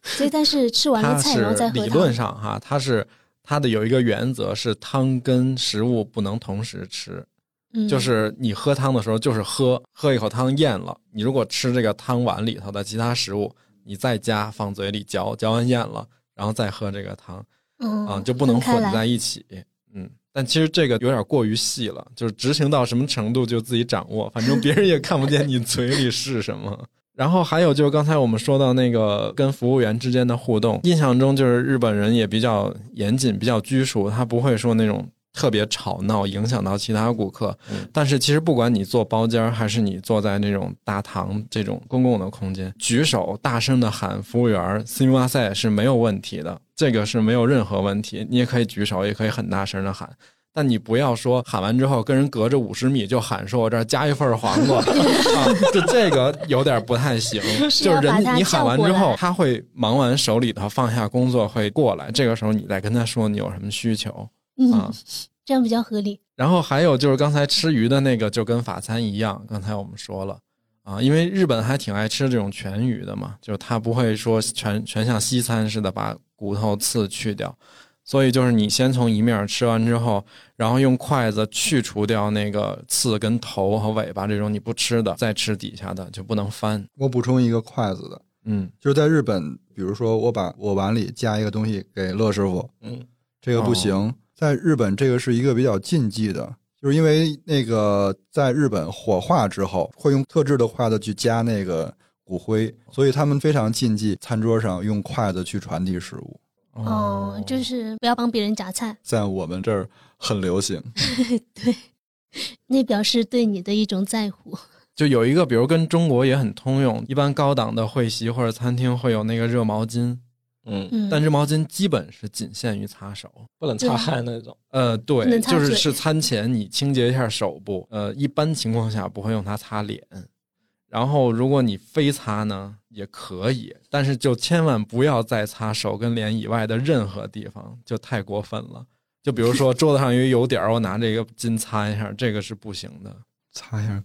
所以但是吃完了菜然后再喝汤。 理论上哈，它的有一个原则是汤跟食物不能同时吃。就是你喝汤的时候就是喝一口汤咽了，你如果吃这个汤碗里头的其他食物，你再加放嘴里嚼完咽了，然后再喝这个汤，就不能混在一起。但其实这个有点过于细了，就是执行到什么程度就自己掌握，反正别人也看不见你嘴里是什么。然后还有就是刚才我们说到那个跟服务员之间的互动，印象中就是日本人也比较严谨比较拘束，他不会说那种特别吵闹影响到其他顾客。但是其实不管你坐包间还是你坐在那种大堂这种公共的空间，举手大声的喊服务员すみません是没有问题的，这个是没有任何问题，你也可以举手也可以很大声的喊，但你不要说喊完之后跟人隔着50米就喊说我这儿加一份黄瓜这个有点不太行。就是人你喊完之后他会忙完手里头放下工作会过来，这个时候你再跟他说你有什么需求。 这样比较合理。然后还有就是刚才吃鱼的那个就跟法餐一样，刚才我们说了因为日本还挺爱吃这种全鱼的嘛，就是他不会说全像西餐似的把骨头刺去掉，所以就是你先从一面吃完之后，然后用筷子去除掉那个刺跟头和尾巴这种你不吃的，再吃底下的就不能翻。 我补充一个筷子的，就是在日本，比如说我把我碗里加一个东西给乐师傅，这个不行。在日本这个是一个比较禁忌的，就是因为那个在日本火化之后会用特制的筷子去夹那个骨灰，所以他们非常禁忌餐桌上用筷子去传递食物。 就是不要帮别人夹菜， 在我们这儿很流行。 对，那表示对你的一种在乎。 就有一个比如跟中国也很通用，一般高档的会席或者餐厅会有那个热毛巾，但热毛巾基本是仅限于擦手， 不能擦汗那种。 对，就是餐前你清洁一下手部，一般情况下不会用它擦脸。然后如果你非擦呢也可以，但是就千万不要再擦手跟脸以外的任何地方，就太过分了。就比如说桌子上有油点我拿这个巾擦一下，这个是不行的。 擦一下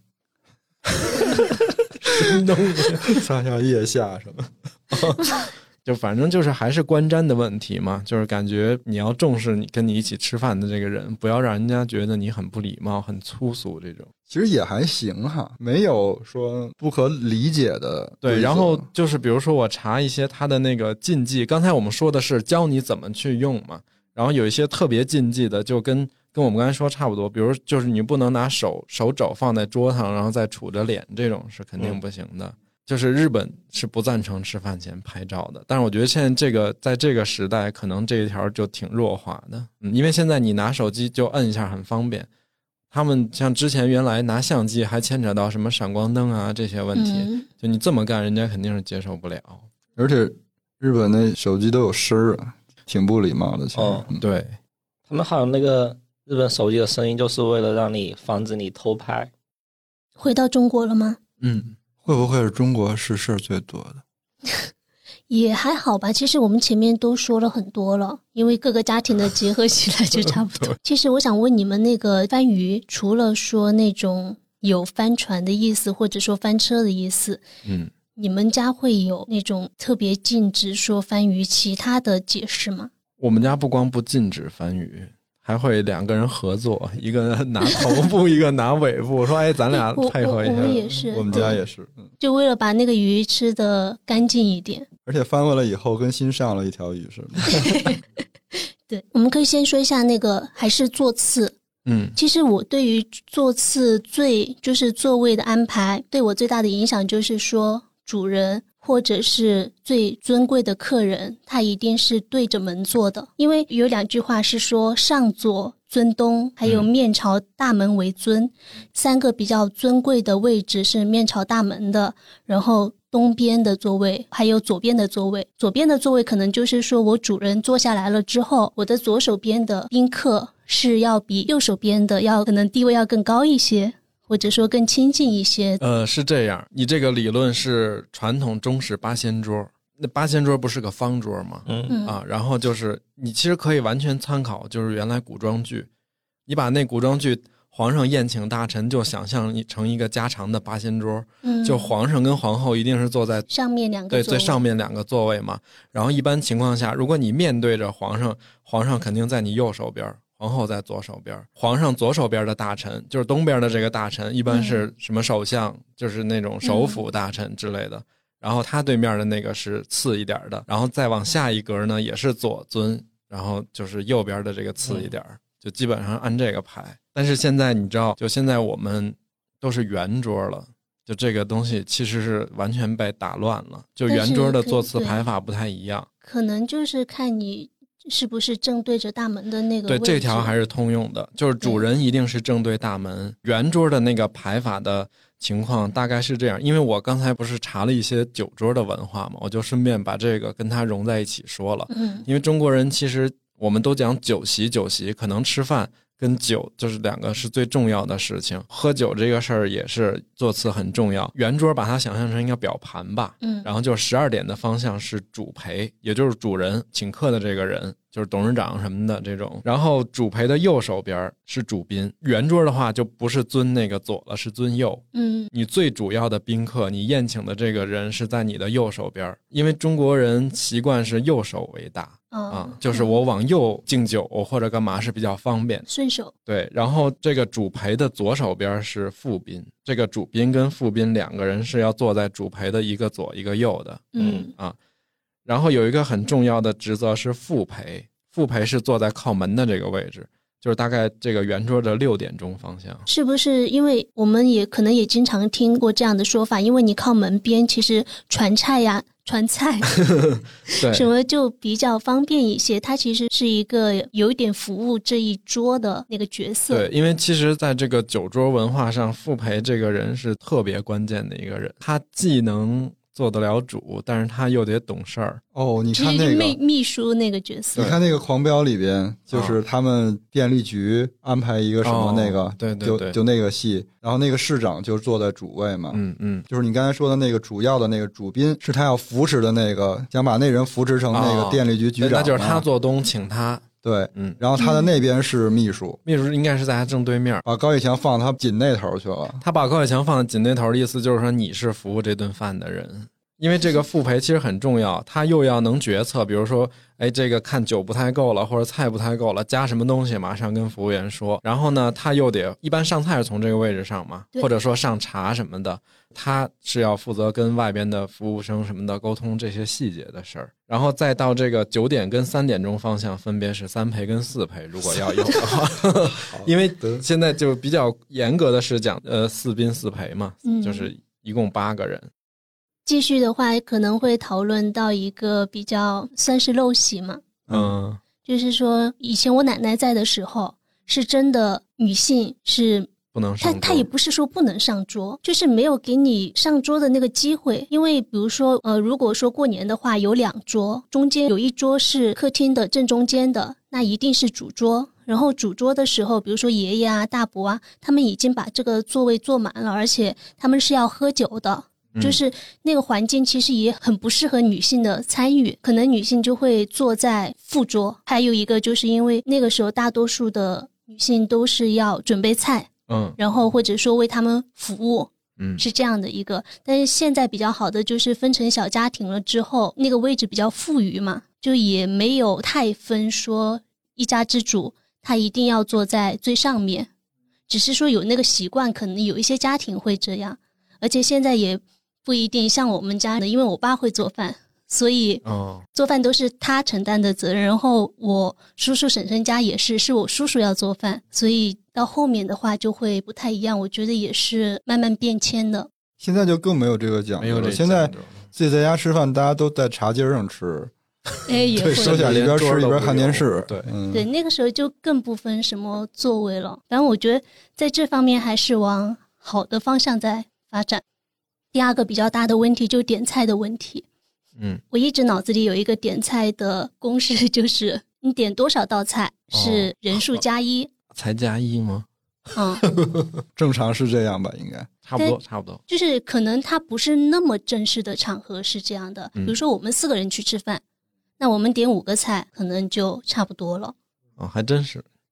什么东西？擦一下腋下什么就反正就是还是观瞻的问题嘛，就是感觉你要重视你跟你一起吃饭的这个人，不要让人家觉得你很不礼貌很粗俗这种。 其实也还行哈，没有说不可理解的。 对，然后就是比如说我查一些他的那个禁忌，刚才我们说的是教你怎么去用嘛，然后有一些特别禁忌的就跟我们刚才说差不多，比如就是你不能拿手肘放在桌上然后再杵着脸，这种是肯定不行的。就是日本是不赞成吃饭前拍照的，但是我觉得现在在这个时代可能这一条就挺弱化的。因为现在你拿手机就摁一下很方便，他们像之前原来拿相机还牵扯到什么闪光灯啊这些问题，就你这么干人家肯定是接受不了。 而且日本那手机都有声儿啊，挺不礼貌的。其实对， 他们好像那个日本手机的声音就是为了让你防止你偷拍。 回到中国了吗？ 会不会是中国是事儿最多的？ 也还好吧，其实我们前面都说了很多了，因为各个家庭的结合起来就差不多。其实我想问你们，那个翻鱼除了说那种有帆船的意思或者说翻车的意思，你们家会有那种特别禁止说翻鱼其他的解释吗？ 我们家不光不禁止翻鱼，还会两个人合作，一个拿头部一个拿尾部，说咱俩配合一下。 我们也是， 我们家也是， 就为了把那个鱼吃得干净一点。 而且翻过来以后跟新上了一条鱼似的。 对，我们可以先说一下那个还是座次。其实我对于座次就是座位的安排，对我最大的影响就是说主人或者是最尊贵的客人，他一定是对着门坐的，因为有2句话是说上左尊东，还有面朝大门为尊，3个比较尊贵的位置是面朝大门的，然后东边的座位还有左边的座位。左边的座位可能就是说我主人坐下来了之后，我的左手边的宾客是要比右手边的可能地位要更高一些，或者说更亲近一些。 是这样，你这个理论是传统中式八仙桌，那八仙桌不是个方桌吗？然后就是你其实可以完全参考就是原来古装剧，你把那古装剧皇上宴请大臣就想象成一个家常的八仙桌，就皇上跟皇后一定是坐在上面两个座位， 对，最上面2个座位嘛。然后一般情况下，如果你面对着皇上，皇上肯定在你右手边，皇后在左手边。皇上左手边的大臣，就是东边的这个大臣，一般是什么首相，就是那种首辅大臣之类的。然后他对面的那个是次一点的，然后再往下一格呢也是左尊，然后就是右边的这个次一点，就基本上按这个排。但是现在你知道，就现在我们都是圆桌了，就这个东西其实是完全被打乱了，就圆桌的座次排法不太一样， 可能就是看你是不是正对着大门的那个位置。 对，这条还是通用的，就是主人一定是正对大门。圆桌的那个排法的情况大概是这样，因为我刚才不是查了一些酒桌的文化嘛，我就顺便把这个跟它融在一起说了。因为中国人其实我们都讲酒席，可能吃饭跟酒就是2个是最重要的事情，喝酒这个事儿也是座次很重要。圆桌把它想象成一个表盘吧，然后就12点的方向是主陪，也就是主人请客的这个人，就是董事长什么的这种。然后主陪的右手边是主宾，圆桌的话就不是尊那个左了，是尊右。你最主要的宾客，你宴请的这个人是在你的右手边，因为中国人习惯是右手为大。就是我往右敬酒或者干嘛是比较方便， 顺手。对， 然后这个主陪的左手边是副宾，这个主宾跟副宾2个人是要坐在主陪的一个左一个右的。然后有一个很重要的职责是副陪，副陪是坐在靠门的这个位置，就是大概这个圆桌的6点钟方向。是不是因为我们也可能也经常听过这样的说法，因为你靠门边，其实传菜呀传菜什么就比较方便一些，它其实是一个有一点服务这一桌的那个角色。 对，因为其实在这个酒桌文化上，副陪这个人是特别关键的一个人，他既能做得了主，但是他又得懂事儿。 你看那个秘书那个角色， 你看那个狂飙里边，就是他们电力局安排一个什么那个， 对对对， 就那个戏，然后那个市长就坐在主位嘛，就是你刚才说的那个主要的那个主宾，是他要扶持的那个，想把那人扶持成那个电力局局长， 那就是他做东请他。 对，然后他的那边是秘书， 秘书应该是在他正对面， 把高以翔放到他紧那头去了。 他把高以翔放到紧那头的意思就是说你是服务这顿饭的人。因为这个副陪其实很重要，他又要能决策，比如说这个看酒不太够了或者菜不太够了，加什么东西马上跟服务员说。然后呢他又得一般上菜是从这个位置上嘛，或者说上茶什么的，他是要负责跟外边的服务生什么的沟通这些细节的事儿。然后再到这个9点跟3点钟方向分别是3陪跟4陪，如果要有的话因为现在就比较严格的是讲4宾4陪嘛，就是一共8个人。 继续的话可能会讨论到一个比较算是陋习嘛，就是说以前我奶奶在的时候是真的女性是不能上桌， 她也不是说不能上桌，就是没有给你上桌的那个机会。因为比如说如果说过年的话有2桌，中间有一桌是客厅的正中间的，那一定是主桌，然后主桌的时候比如说爷爷啊大伯啊，他们已经把这个座位坐满了，而且他们是要喝酒的，就是那个环境其实也很不适合女性的参与，可能女性就会坐在副桌。还有一个就是因为那个时候大多数的女性都是要准备菜，然后或者说为他们服务，是这样的一个。但是现在比较好的就是分成小家庭了之后，那个位置比较富裕嘛，就也没有太分说一家之主他一定要坐在最上面，只是说有那个习惯，可能有一些家庭会这样。而且现在也不一定像我们家的，因为我爸会做饭，所以做饭都是他承担的责任，然后我叔叔婶婶家也是我叔叔要做饭，所以到后面的话就会不太一样，我觉得也是慢慢变迁的。 现在就更没有这个讲究了，现在自己在家吃饭大家都在茶几上吃， 也会收起来一边吃一边看电视。 对，那个时候就更不分什么座位了。反正我觉得在这方面还是往好的方向在发展。第二个比较大的问题就是点菜的问题。我一直脑子里有一个点菜的公式，就是你点多少道菜是人数加1， 才加1吗？ 正常是这样吧，应该差不多。 就是可能它不是那么正式的场合是这样的，比如说我们4个人去吃饭，那我们点5个菜可能就差不多了。 还真是。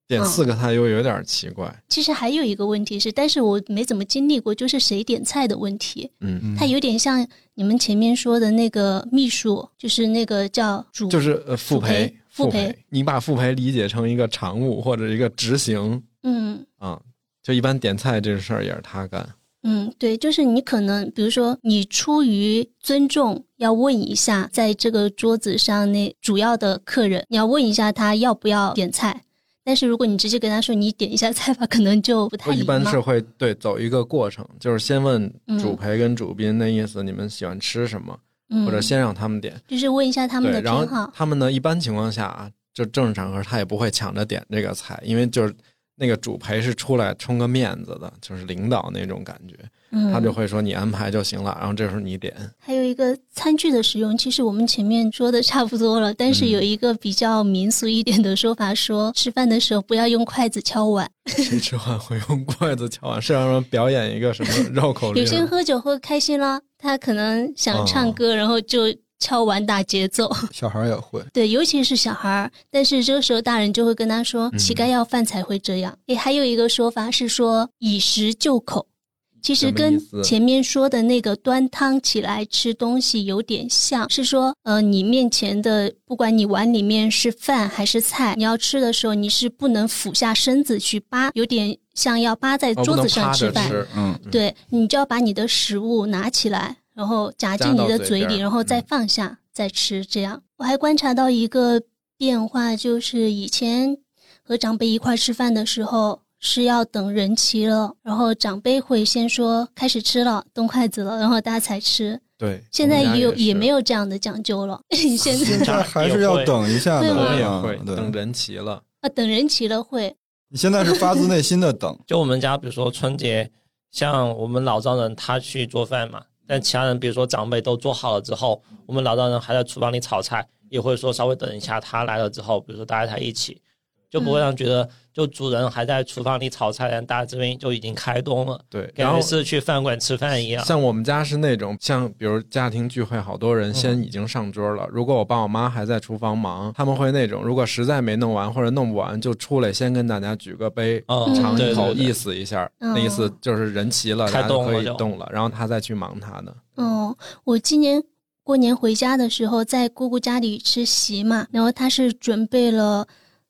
点4个菜又有点奇怪。 其实还有一个问题是，但是我没怎么经历过，就是谁点菜的问题。它有点像你们前面说的那个秘书，就是那个叫就是副陪。你把副陪理解成一个常务或者一个执行。就一般点菜这事儿也是他干。 对，就是你可能比如说你出于尊重要问一下在这个桌子上那主要的客人，你要问一下他要不要点菜，但是如果你直接跟他说你点一下菜吧，可能就不太礼貌。 一般是会走一个过程，就是先问主陪跟主宾，那意思你们喜欢吃什么，或者先让他们点， 就是问一下他们的偏好。 然后他们呢一般情况下就正式场合他也不会抢着点这个菜，因为就是那个主陪是出来充个面子的，就是领导那种感觉，他就会说你安排就行了，然后这时候你点。 还有一个餐具的使用，其实我们前面说的差不多了，但是有一个比较民俗一点的说法，说吃饭的时候不要用筷子敲碗。 谁吃饭会用筷子敲碗？是让人表演一个什么绕口令？ 有些人喝酒喝开心了，他可能想唱歌，然后就敲碗打节奏。 小孩也会。 对，尤其是小孩，但是这个时候大人就会跟他说乞丐要饭才会这样。还有一个说法是说以食就口，其实跟前面说的那个端汤起来吃东西有点像，是说你面前的不管你碗里面是饭还是菜，你要吃的时候你是不能俯下身子去扒，有点像要扒在桌子上吃饭。对，你就要把你的食物拿起来，然后夹进你的嘴里，然后再放下再吃，这样。我还观察到一个变化，就是以前和长辈一块吃饭的时候是要等人齐了，然后长辈会先说开始吃了，动筷子了，然后大家才吃。 对， 现在也没有这样的讲究了。现在还是要等一下的。 我们也会等人齐了。 等人齐了会。 你现在是发自内心的等。 就我们家比如说春节，像我们老丈人他去做饭嘛，但其他人比如说长辈都做好了之后，我们老丈人还在厨房里炒菜，也会说稍微等一下他来了之后，比如说大家才一起，就不会让觉得就主人还在厨房里炒菜，但大家这边就已经开动了。 对， 感觉是去饭馆吃饭一样。 像我们家是那种像比如家庭聚会好多人先已经上桌了，如果我爸我妈还在厨房忙，他们会那种如果实在没弄完或者弄不完就出来先跟大家举个杯，尝一口意思一下，那意思就是人齐了，大家可以动了，然后他再去忙他的。 我今年过年回家的时候在姑姑家里吃席嘛，然后他是准备了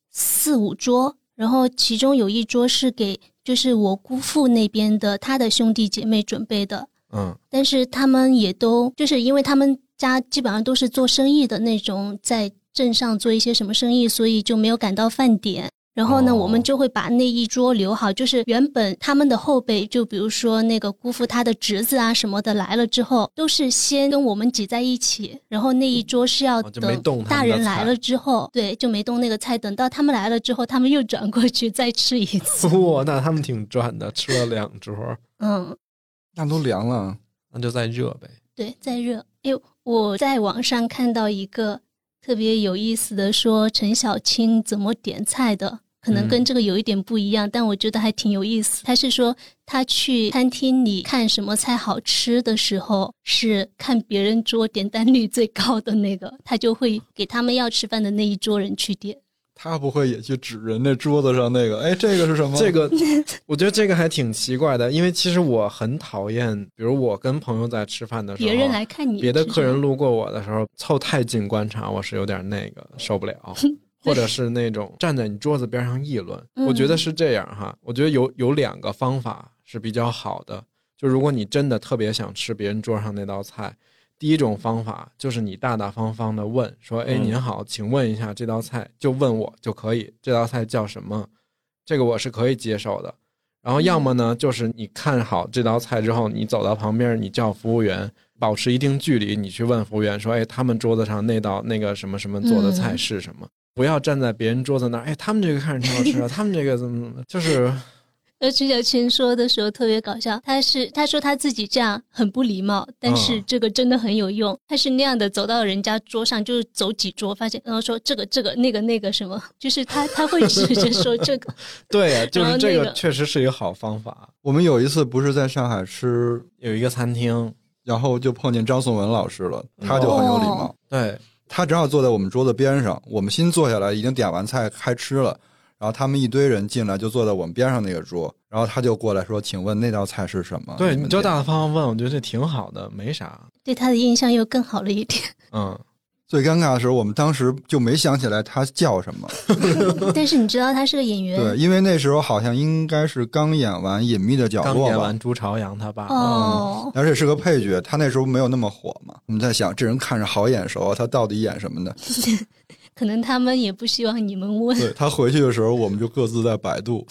4、5桌，然后其中有一桌是给就是我姑父那边的他的兄弟姐妹准备的。但是他们也都就是因为他们家基本上都是做生意的那种，在镇上做一些什么生意，所以就没有赶到饭点。然后呢，我们就会把那一桌留好，就是原本他们的后辈，就比如说那个姑父他的侄子啊什么的来了之后，都是先跟我们挤在一起，然后那一桌是要等大人来了之后，对，就没动那个菜，等到他们来了之后，他们又转过去再吃一次。 哇，那他们挺赚的，吃了2桌。 那都凉了， 那就再热呗。 对，再热。我在网上看到一个特别有意思的，说陈小青怎么点菜的，可能跟这个有一点不一样，但我觉得还挺有意思。他是说他去餐厅里看什么菜好吃的时候，是看别人桌点单率最高的那个，他就会给他们要吃饭的那一桌人去点。 他不会也去指人那桌子上那个，这个是什么？ 这个我觉得这个还挺奇怪的，因为其实我很讨厌，比如我跟朋友在吃饭的时候， 别人来看你， 别的客人路过我的时候凑太近观察，我是有点那个受不了。或者是那种站在你桌子边上议论，我觉得是这样哈。我觉得有2个方法是比较好的，就如果你真的特别想吃别人桌上那道菜，第一种方法就是你大大方方的问说，您好，请问一下这道菜，就问我就可以，这道菜叫什么，这个我是可以接受的。然后要么呢，就是你看好这道菜之后，你走到旁边，你叫服务员保持一定距离，你去问服务员说，他们桌子上那道那个什么什么做的菜是什么，不要站在别人桌子那儿，他们这个看着挺好吃的，他们这个怎么就是陈小青说的时候特别搞笑，他说他自己这样很不礼貌，但是这个真的很有用。他是那样的走到人家桌上，就是走几桌发现，然后说这个那个什么，就是他会直接说这个。 对啊，就是这个确实是一个好方法。 我们有一次不是在上海吃， 有一个餐厅， 然后就碰见张颂文老师了，他就很有礼貌。 对， 他正好坐在我们桌子边上，我们新坐下来已经点完菜开吃了， 然后他们一堆人进来就坐在我们边上那个桌，然后他就过来说请问那道菜是什么。 对，你就大大方方问，我觉得这挺好的，没啥。 对他的印象又更好了一点。 最尴尬的时候我们当时就没想起来他叫什么但是你知道他是个演员。 对，因为那时候好像应该是刚演完隐秘的角落吧， 刚演完朱朝阳他爸。 而且是个配角，他那时候没有那么火嘛。我们在想这人看着好眼熟，他到底演什么呢？ 可能他们也不希望你们问。 对，他回去的时候我们就各自在百度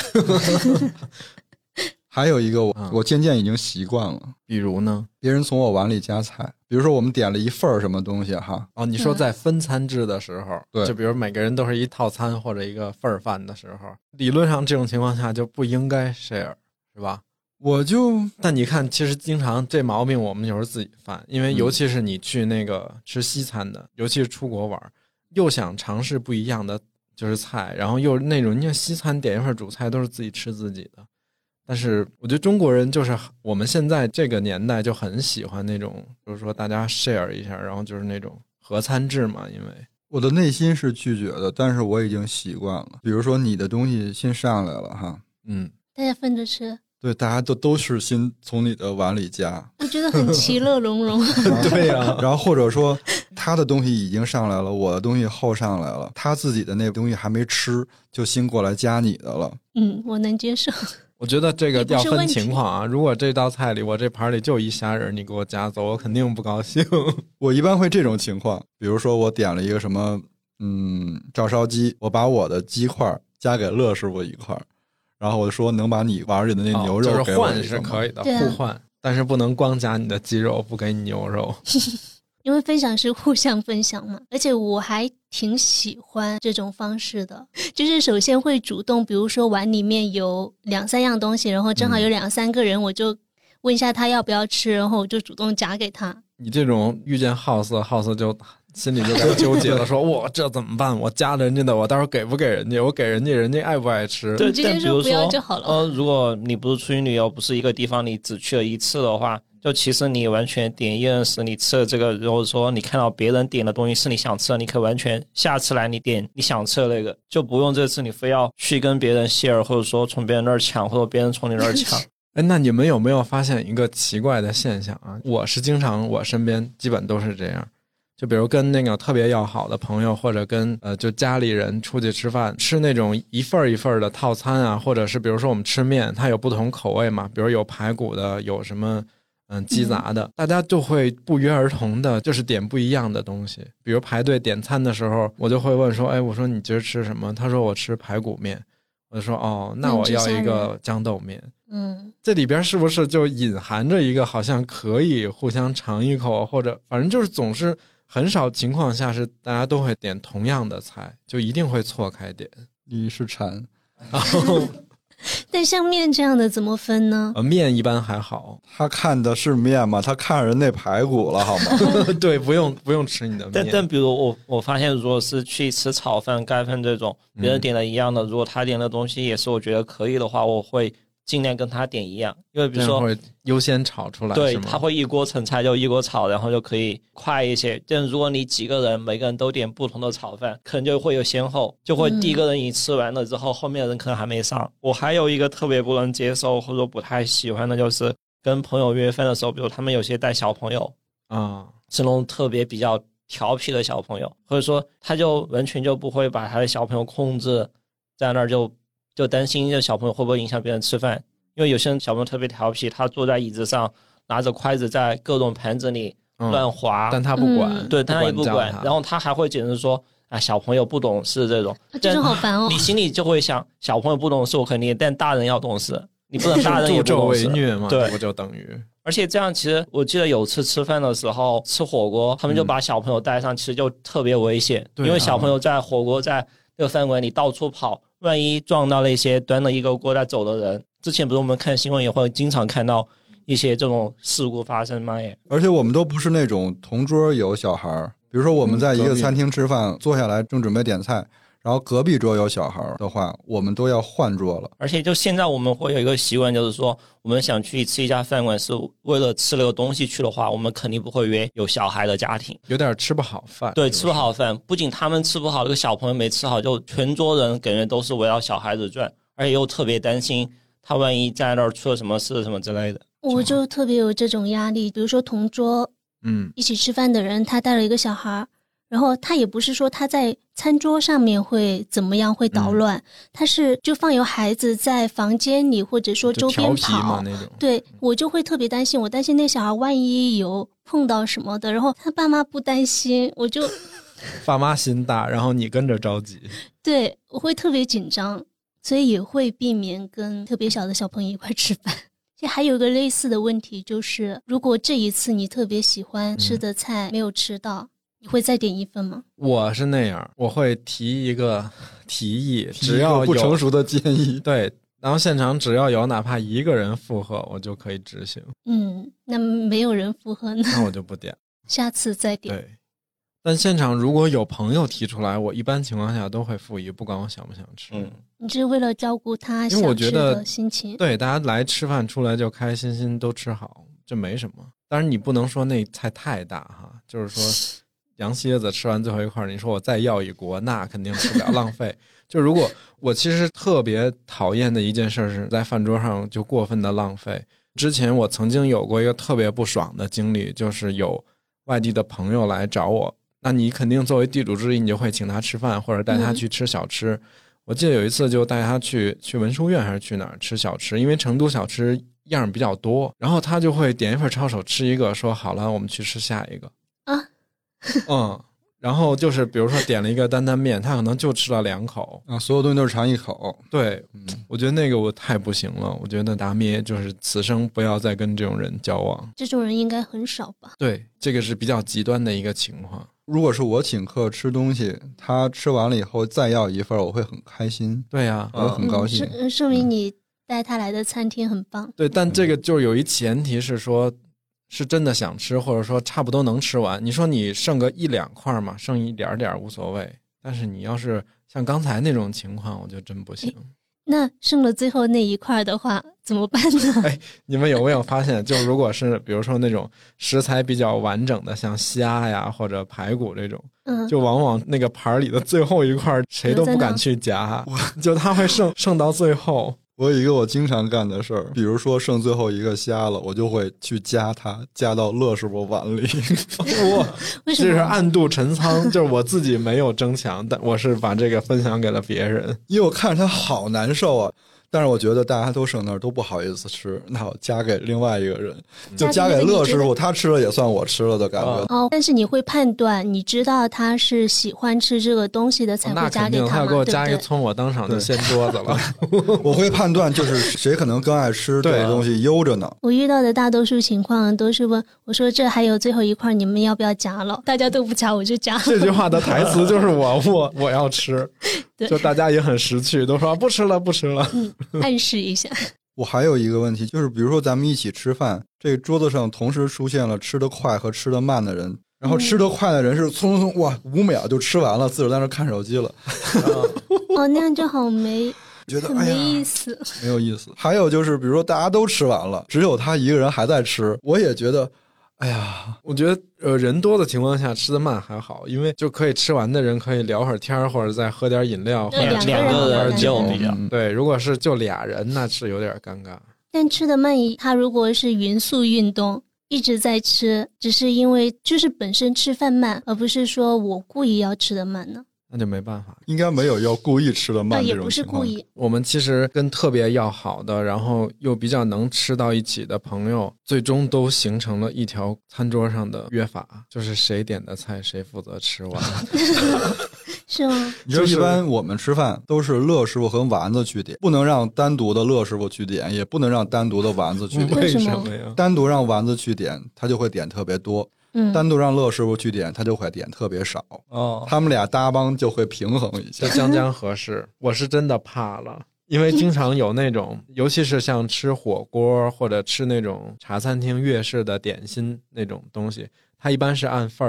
还有一个我渐渐已经习惯了。 比如呢？ 别人从我碗里夹菜，比如说我们点了一份什么东西哈。 你说在分餐制的时候， 对， 就比如每个人都是一套餐或者一个份饭的时候，理论上这种情况下就不应该 share， 是吧？但你看，其实经常这毛病我们有时候自己犯，因为尤其是你去那个吃西餐的，尤其是出国玩，又想尝试不一样的就是菜，然后又那种你看西餐点一份主菜都是自己吃自己的。但是我觉得中国人就是我们现在这个年代就很喜欢那种，就是说大家 share 一下，然后就是那种合餐制嘛。因为我的内心是拒绝的，但是我已经习惯了。比如说你的东西先上来了哈， 大家分着吃。 对，大家都是先从你的碗里夹， 我觉得很其乐融融。 对呀，然后或者说他的东西已经上来了，我的东西后上来了，他自己的那个东西还没吃，就先过来夹你的了。 我能接受。 我觉得这个要分情况啊，如果这道菜里我这盘里就一虾仁，你给我夹走，我肯定不高兴。 我一般会这种情况，比如说我点了一个什么照烧鸡，我把我的鸡块夹给乐师傅一块，然后我说能把你碗里的那牛肉给我一块， 就是换是可以的，互换，但是不能光夹你的鸡肉不给你牛肉。 因为分享是互相分享嘛，而且我还挺喜欢这种方式的，就是首先会主动，比如说碗里面有2-3样东西，然后正好有2-3个人，我就问一下他要不要吃，然后我就主动夹给他。 你这种遇见好色就心里就该纠结了，说我这怎么办？我夹人家的，我到时候给不给人家？我给人家，人家爱不爱吃？ 对， 你直接说不要就好了。 如果你不是出去旅游，不是一个地方你只去了一次的话，就其实你完全点一人食，你吃了这个，如果说你看到别人点的东西是你想吃的，你可以完全下次来你点你想吃的那个，就不用这次你非要去跟别人 share， 或者说从别人那儿抢，或者别人从你那儿抢。 那你们有没有发现一个奇怪的现象啊？我是经常我身边基本都是这样，就比如跟那个特别要好的朋友，或者跟就家里人出去吃饭，吃那种一份一份的套餐啊，或者是比如说我们吃面，它有不同口味嘛，比如有排骨的，有什么鸡杂的，大家就会不约而同的就是点不一样的东西。比如排队点餐的时候，我就会问说，我说你今儿吃什么？他说我吃排骨面。我就说那我要一个豇豆面。这里边是不是就隐含着一个好像可以互相尝一口，或者反正就是总是很少情况下是大家都会点同样的菜，就一定会错开点。 你是馋。 但像面这样的怎么分呢？ 面一般还好。 他看的是面吗？他看人那排骨了好吗？ 对，不用吃你的面。 但比如我发现，如果是去吃炒饭、盖饭这种，别人点的一样的，如果他点的东西也是我觉得可以的话，我会尽量跟他点一样，因为比如说会优先炒出来， 对， 是吗？ 他会一锅成菜就一锅炒，然后就可以快一些。但如果你几个人每个人都点不同的炒饭，可能就会有先后，就会第一个人已吃完了之后，后面的人可能还没上。我还有一个特别不能接受或者不太喜欢的，就是跟朋友约饭的时候，比如他们有些带小朋友是那种特别比较调皮的小朋友，或者说他就完全就不会把他的小朋友控制在那儿，就担心这小朋友会不会影响别人吃饭。因为有些人小朋友特别调皮，他坐在椅子上拿着筷子在各种盘子里乱划， 但他不管， 对，但他也不管，然后他还会解释说小朋友不懂事这种， 这种好烦哦。 你心里就会想，小朋友不懂事我肯定，但大人要懂事，你不能大人也不懂事， 助纣为虐嘛， 对， 不就等于。 而且这样其实我记得有次吃饭的时候吃火锅，他们就把小朋友带上，其实就特别危险，因为小朋友在火锅在那个饭馆里到处跑，万一撞到那些端了一个锅在走的人。之前不是我们看新闻也会经常看到一些这种事故发生吗？ 而且我们都不是那种同桌有小孩，比如说我们在一个餐厅吃饭，坐下来正准备点菜， 然后隔壁桌有小孩的话，我们都要换桌了。 而且就现在我们会有一个习惯，就是说我们想去吃一家饭馆是为了吃那个东西去的话，我们肯定不会约有小孩的家庭， 有点吃不好饭。 对，吃不好饭，不仅他们吃不好，这个小朋友没吃好，就全桌人感觉都是围绕小孩子转，而且又特别担心他万一在那儿出了什么事什么之类的。 我就特别有这种压力，比如说同桌一起吃饭的人，他带了一个小孩，然后他也不是说他在餐桌上面会怎么样会捣乱，他是就放有孩子在房间里或者说周边跑那种。 对，我就会特别担心，我担心那小孩万一有碰到什么的，然后他爸妈不担心，我就爸妈心大，然后你跟着着急。 对，我会特别紧张，所以也会避免跟特别小的小朋友一块吃饭。其实还有一个类似的问题，就是如果这一次你特别喜欢吃的菜没有吃到，你会再点一份吗？ 我是那样，我会提一个提议，只要有不成熟的建议， 对，然后现场只要有哪怕一个人附和，我就可以执行。 那没有人附和呢？ 那我就不点， 下次再点。 对，但现场如果有朋友提出来，我一般情况下都会附议，不管我想不想吃。 你是为了照顾他因为我觉得想吃的心情。 对，大家来吃饭出来就开心心都吃好，这没什么。当然你不能说那菜太大哈，就是说羊蝎子吃完最后一块，你说我再要一锅，那肯定吃不了，浪费。就如果我其实特别讨厌的一件事是在饭桌上就过分的浪费。之前我曾经有过一个特别不爽的经历，就是有外地的朋友来找我，那你肯定作为地主之谊，你就会请他吃饭或者带他去吃小吃。我记得有一次就带他去文殊院还是去哪儿吃小吃，因为成都小吃样比较多，然后他就会点一份抄手吃一个，说好了我们去吃下一个啊。然后就是比如说点了一个担担面，他可能就吃了2口啊，所有东西都是尝一口。 对，我觉得那个我太不行了，我觉得达咩就是此生不要再跟这种人交往。 这种人应该很少吧？ 对，这个是比较极端的一个情况。 如果是我请客吃东西，他吃完了以后再要一份，我会很开心。 对呀， 我很高兴。 说明你带他来的餐厅很棒。 对，但这个就有一前提是说是真的想吃，或者说差不多能吃完。你说你剩个1-2块嘛，剩一点点无所谓，但是你要是像刚才那种情况，我就真不行。 那剩了最后那一块的话怎么办呢？ 你们有没有发现，就如果是比如说那种食材比较完整的，像虾呀或者排骨这种，就往往那个盘里的最后一块谁都不敢去夹，就它会剩到最后。 我有一个我经常干的事儿，比如说剩最后一个虾了，我就会去夹它，夹到乐师傅碗里。 这是暗度陈仓，就是我自己没有争抢，但我是把这个分享给了别人， 因为我看着他好难受啊。但是我觉得大家都剩那儿都不好意思吃，那我夹给另外一个人，就夹给乐师傅，他吃了也算我吃了的感觉。 但是你会判断，你知道他是喜欢吃这个东西的才会夹给他吗？ 他要给我夹一个葱，我当场就掀桌子了。 我会判断就是谁可能更爱吃这个东西，悠着呢。 我遇到的大多数情况都是问我说这还有最后一块，你们要不要夹了？大家都不夹，我就夹了。 这句话的台词就是我要吃，就大家也很识趣，都说不吃了不吃了。 暗示一下。 我还有一个问题，就是比如说咱们一起吃饭，这桌子上同时出现了吃得快和吃得慢的人，然后吃得快的人是匆匆哇5秒就吃完了，自个在那看手机了。 那样就好没觉得没意思， 没有意思。还有就是比如说大家都吃完了，只有他一个人还在吃，我也觉得哎呀， 我觉得人多的情况下吃得慢还好，因为就可以吃完的人可以聊会儿天，或者再喝点饮料，或者两个人就比较对。如果是就俩人，那是有点尴尬。 但吃得慢，他如果是匀速运动，一直在吃，只是因为就是本身吃饭慢，而不是说我故意要吃得慢呢。 那就没办法， 应该没有要故意吃的慢这种情况。 也不是故意。 我们其实跟特别要好的，然后又比较能吃到一起的朋友，最终都形成了一条餐桌上的约法，就是谁点的菜谁负责吃完。 是吗？ 你说一般我们吃饭都是乐师傅和丸子去点，不能让单独的乐师傅去点，也不能让单独的丸子去点。 为什么呀？ 单独让丸子去点，他就会点特别多。单独让乐师傅去点，他就会点特别少。他们俩搭帮就会平衡一下， 就将将合适。我是真的怕了，因为经常有那种尤其是像吃火锅或者吃那种茶餐厅粤式的点心那种东西，它一般是按份儿点，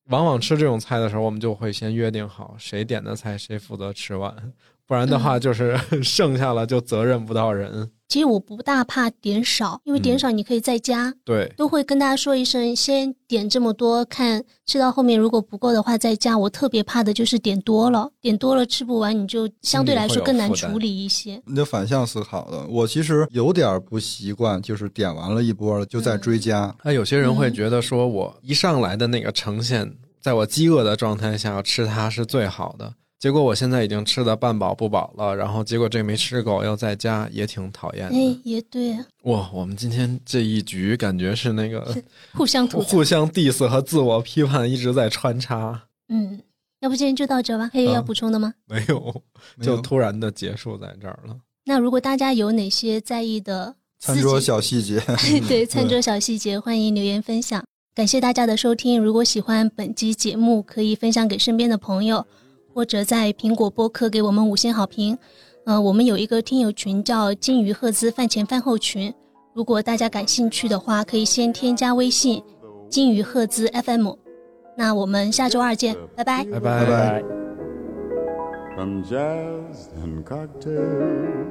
往往吃这种菜的时候，我们就会先约定好谁点的菜谁负责吃完，不然的话就是剩下了就责任不到人。 其实我不大怕点少，因为点少你可以再加， 对， 都会跟大家说一声，先点这么多，看吃到后面如果不够的话再加。我特别怕的就是点多了吃不完，你就相对来说更难处理一些。 你就反向思考的，我其实有点不习惯，就是点完了一波了就再追加。 有些人会觉得说我一上来的那个呈现，在我饥饿的状态下吃它是最好的，结果我现在已经吃得半饱不饱了，然后结果这没吃够要再加，也挺讨厌的。 也对。 哇，我们今天这一局感觉是那个互相吐槽、 互相 diss 和自我批判一直在穿插。 要不今天就到这吧，还有要补充的吗？ 没有，就突然的结束在这儿了。 那如果大家有哪些在意的餐桌小细节对，餐桌小细节欢迎留言分享。感谢大家的收听，如果喜欢本期节目可以分享给身边的朋友，或者在苹果播客给我们5星好评。我们有一个听友群叫金鱼赫兹饭前饭后群，如果大家感兴趣的话可以先添加微信金鱼赫兹 FM。 那我们下周2见，拜拜拜拜拜拜。 From jazz and cocktails,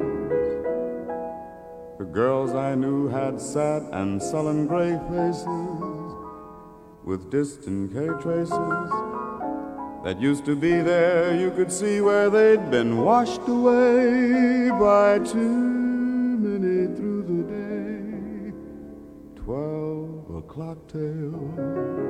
the girls I knew had sad and sullen gray faces with distant K traces that used to be there. You could see where they'd been washed away by too many through the day. 12 o'clock tales.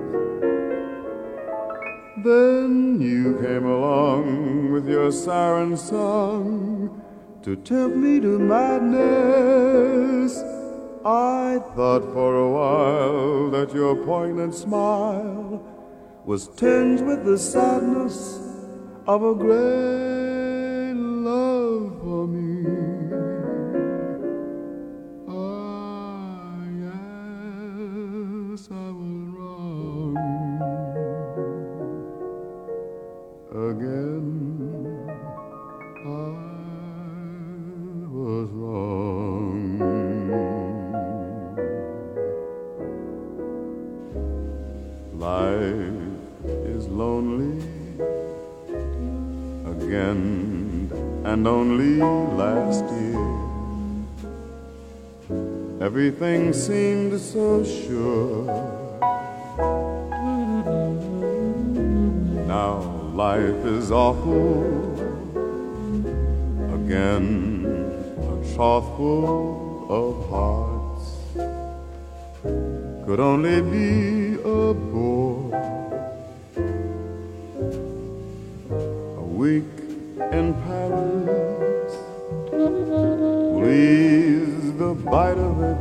Then you came along with your siren song to tempt me to madness. I thought for a while that your poignant smile was tinged with the sadness of a great love for me. Ah, yes, I was wrong again. I was wrong. Life is lonely again, and only last year everything seemed so sure. Now life is awful again, a trough full of hearts could only be a bore, a week in Paris will ease the bite of it.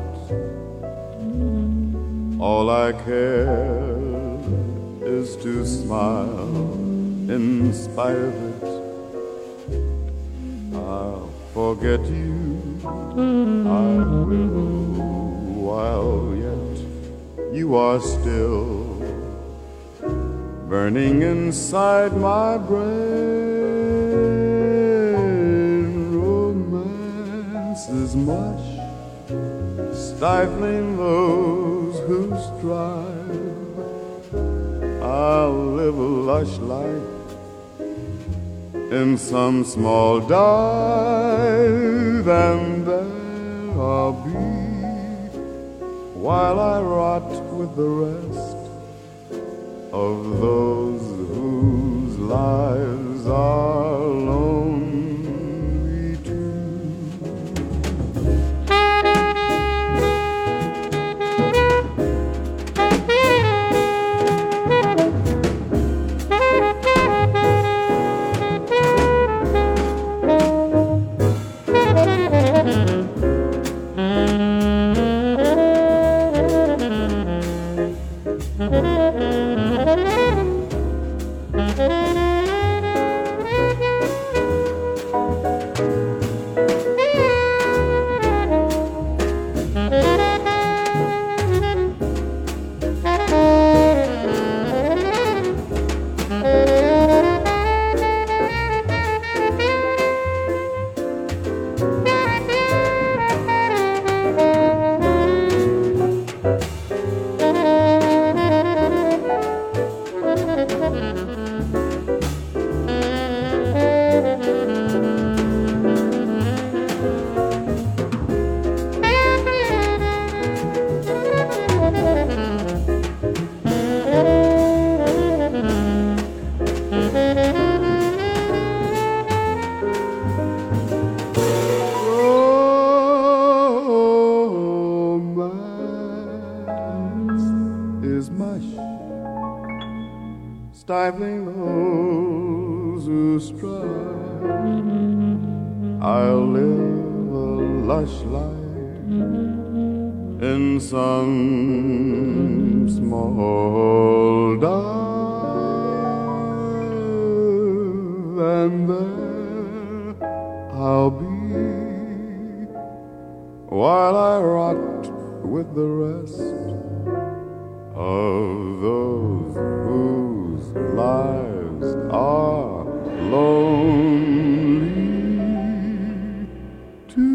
All I care is to smile in spite of it. I'll forget you, I will, while yet you are still burning inside my brain. Romance is much stifling those who strive. I'll live a lush life in some small dive, and there I'll be while I rot with the rest of those whose lives are lonely too. stifling those who strive. I'll live a lush life in some small dive, and there I'll be while I rot with the rest of those whose lives are lonely too.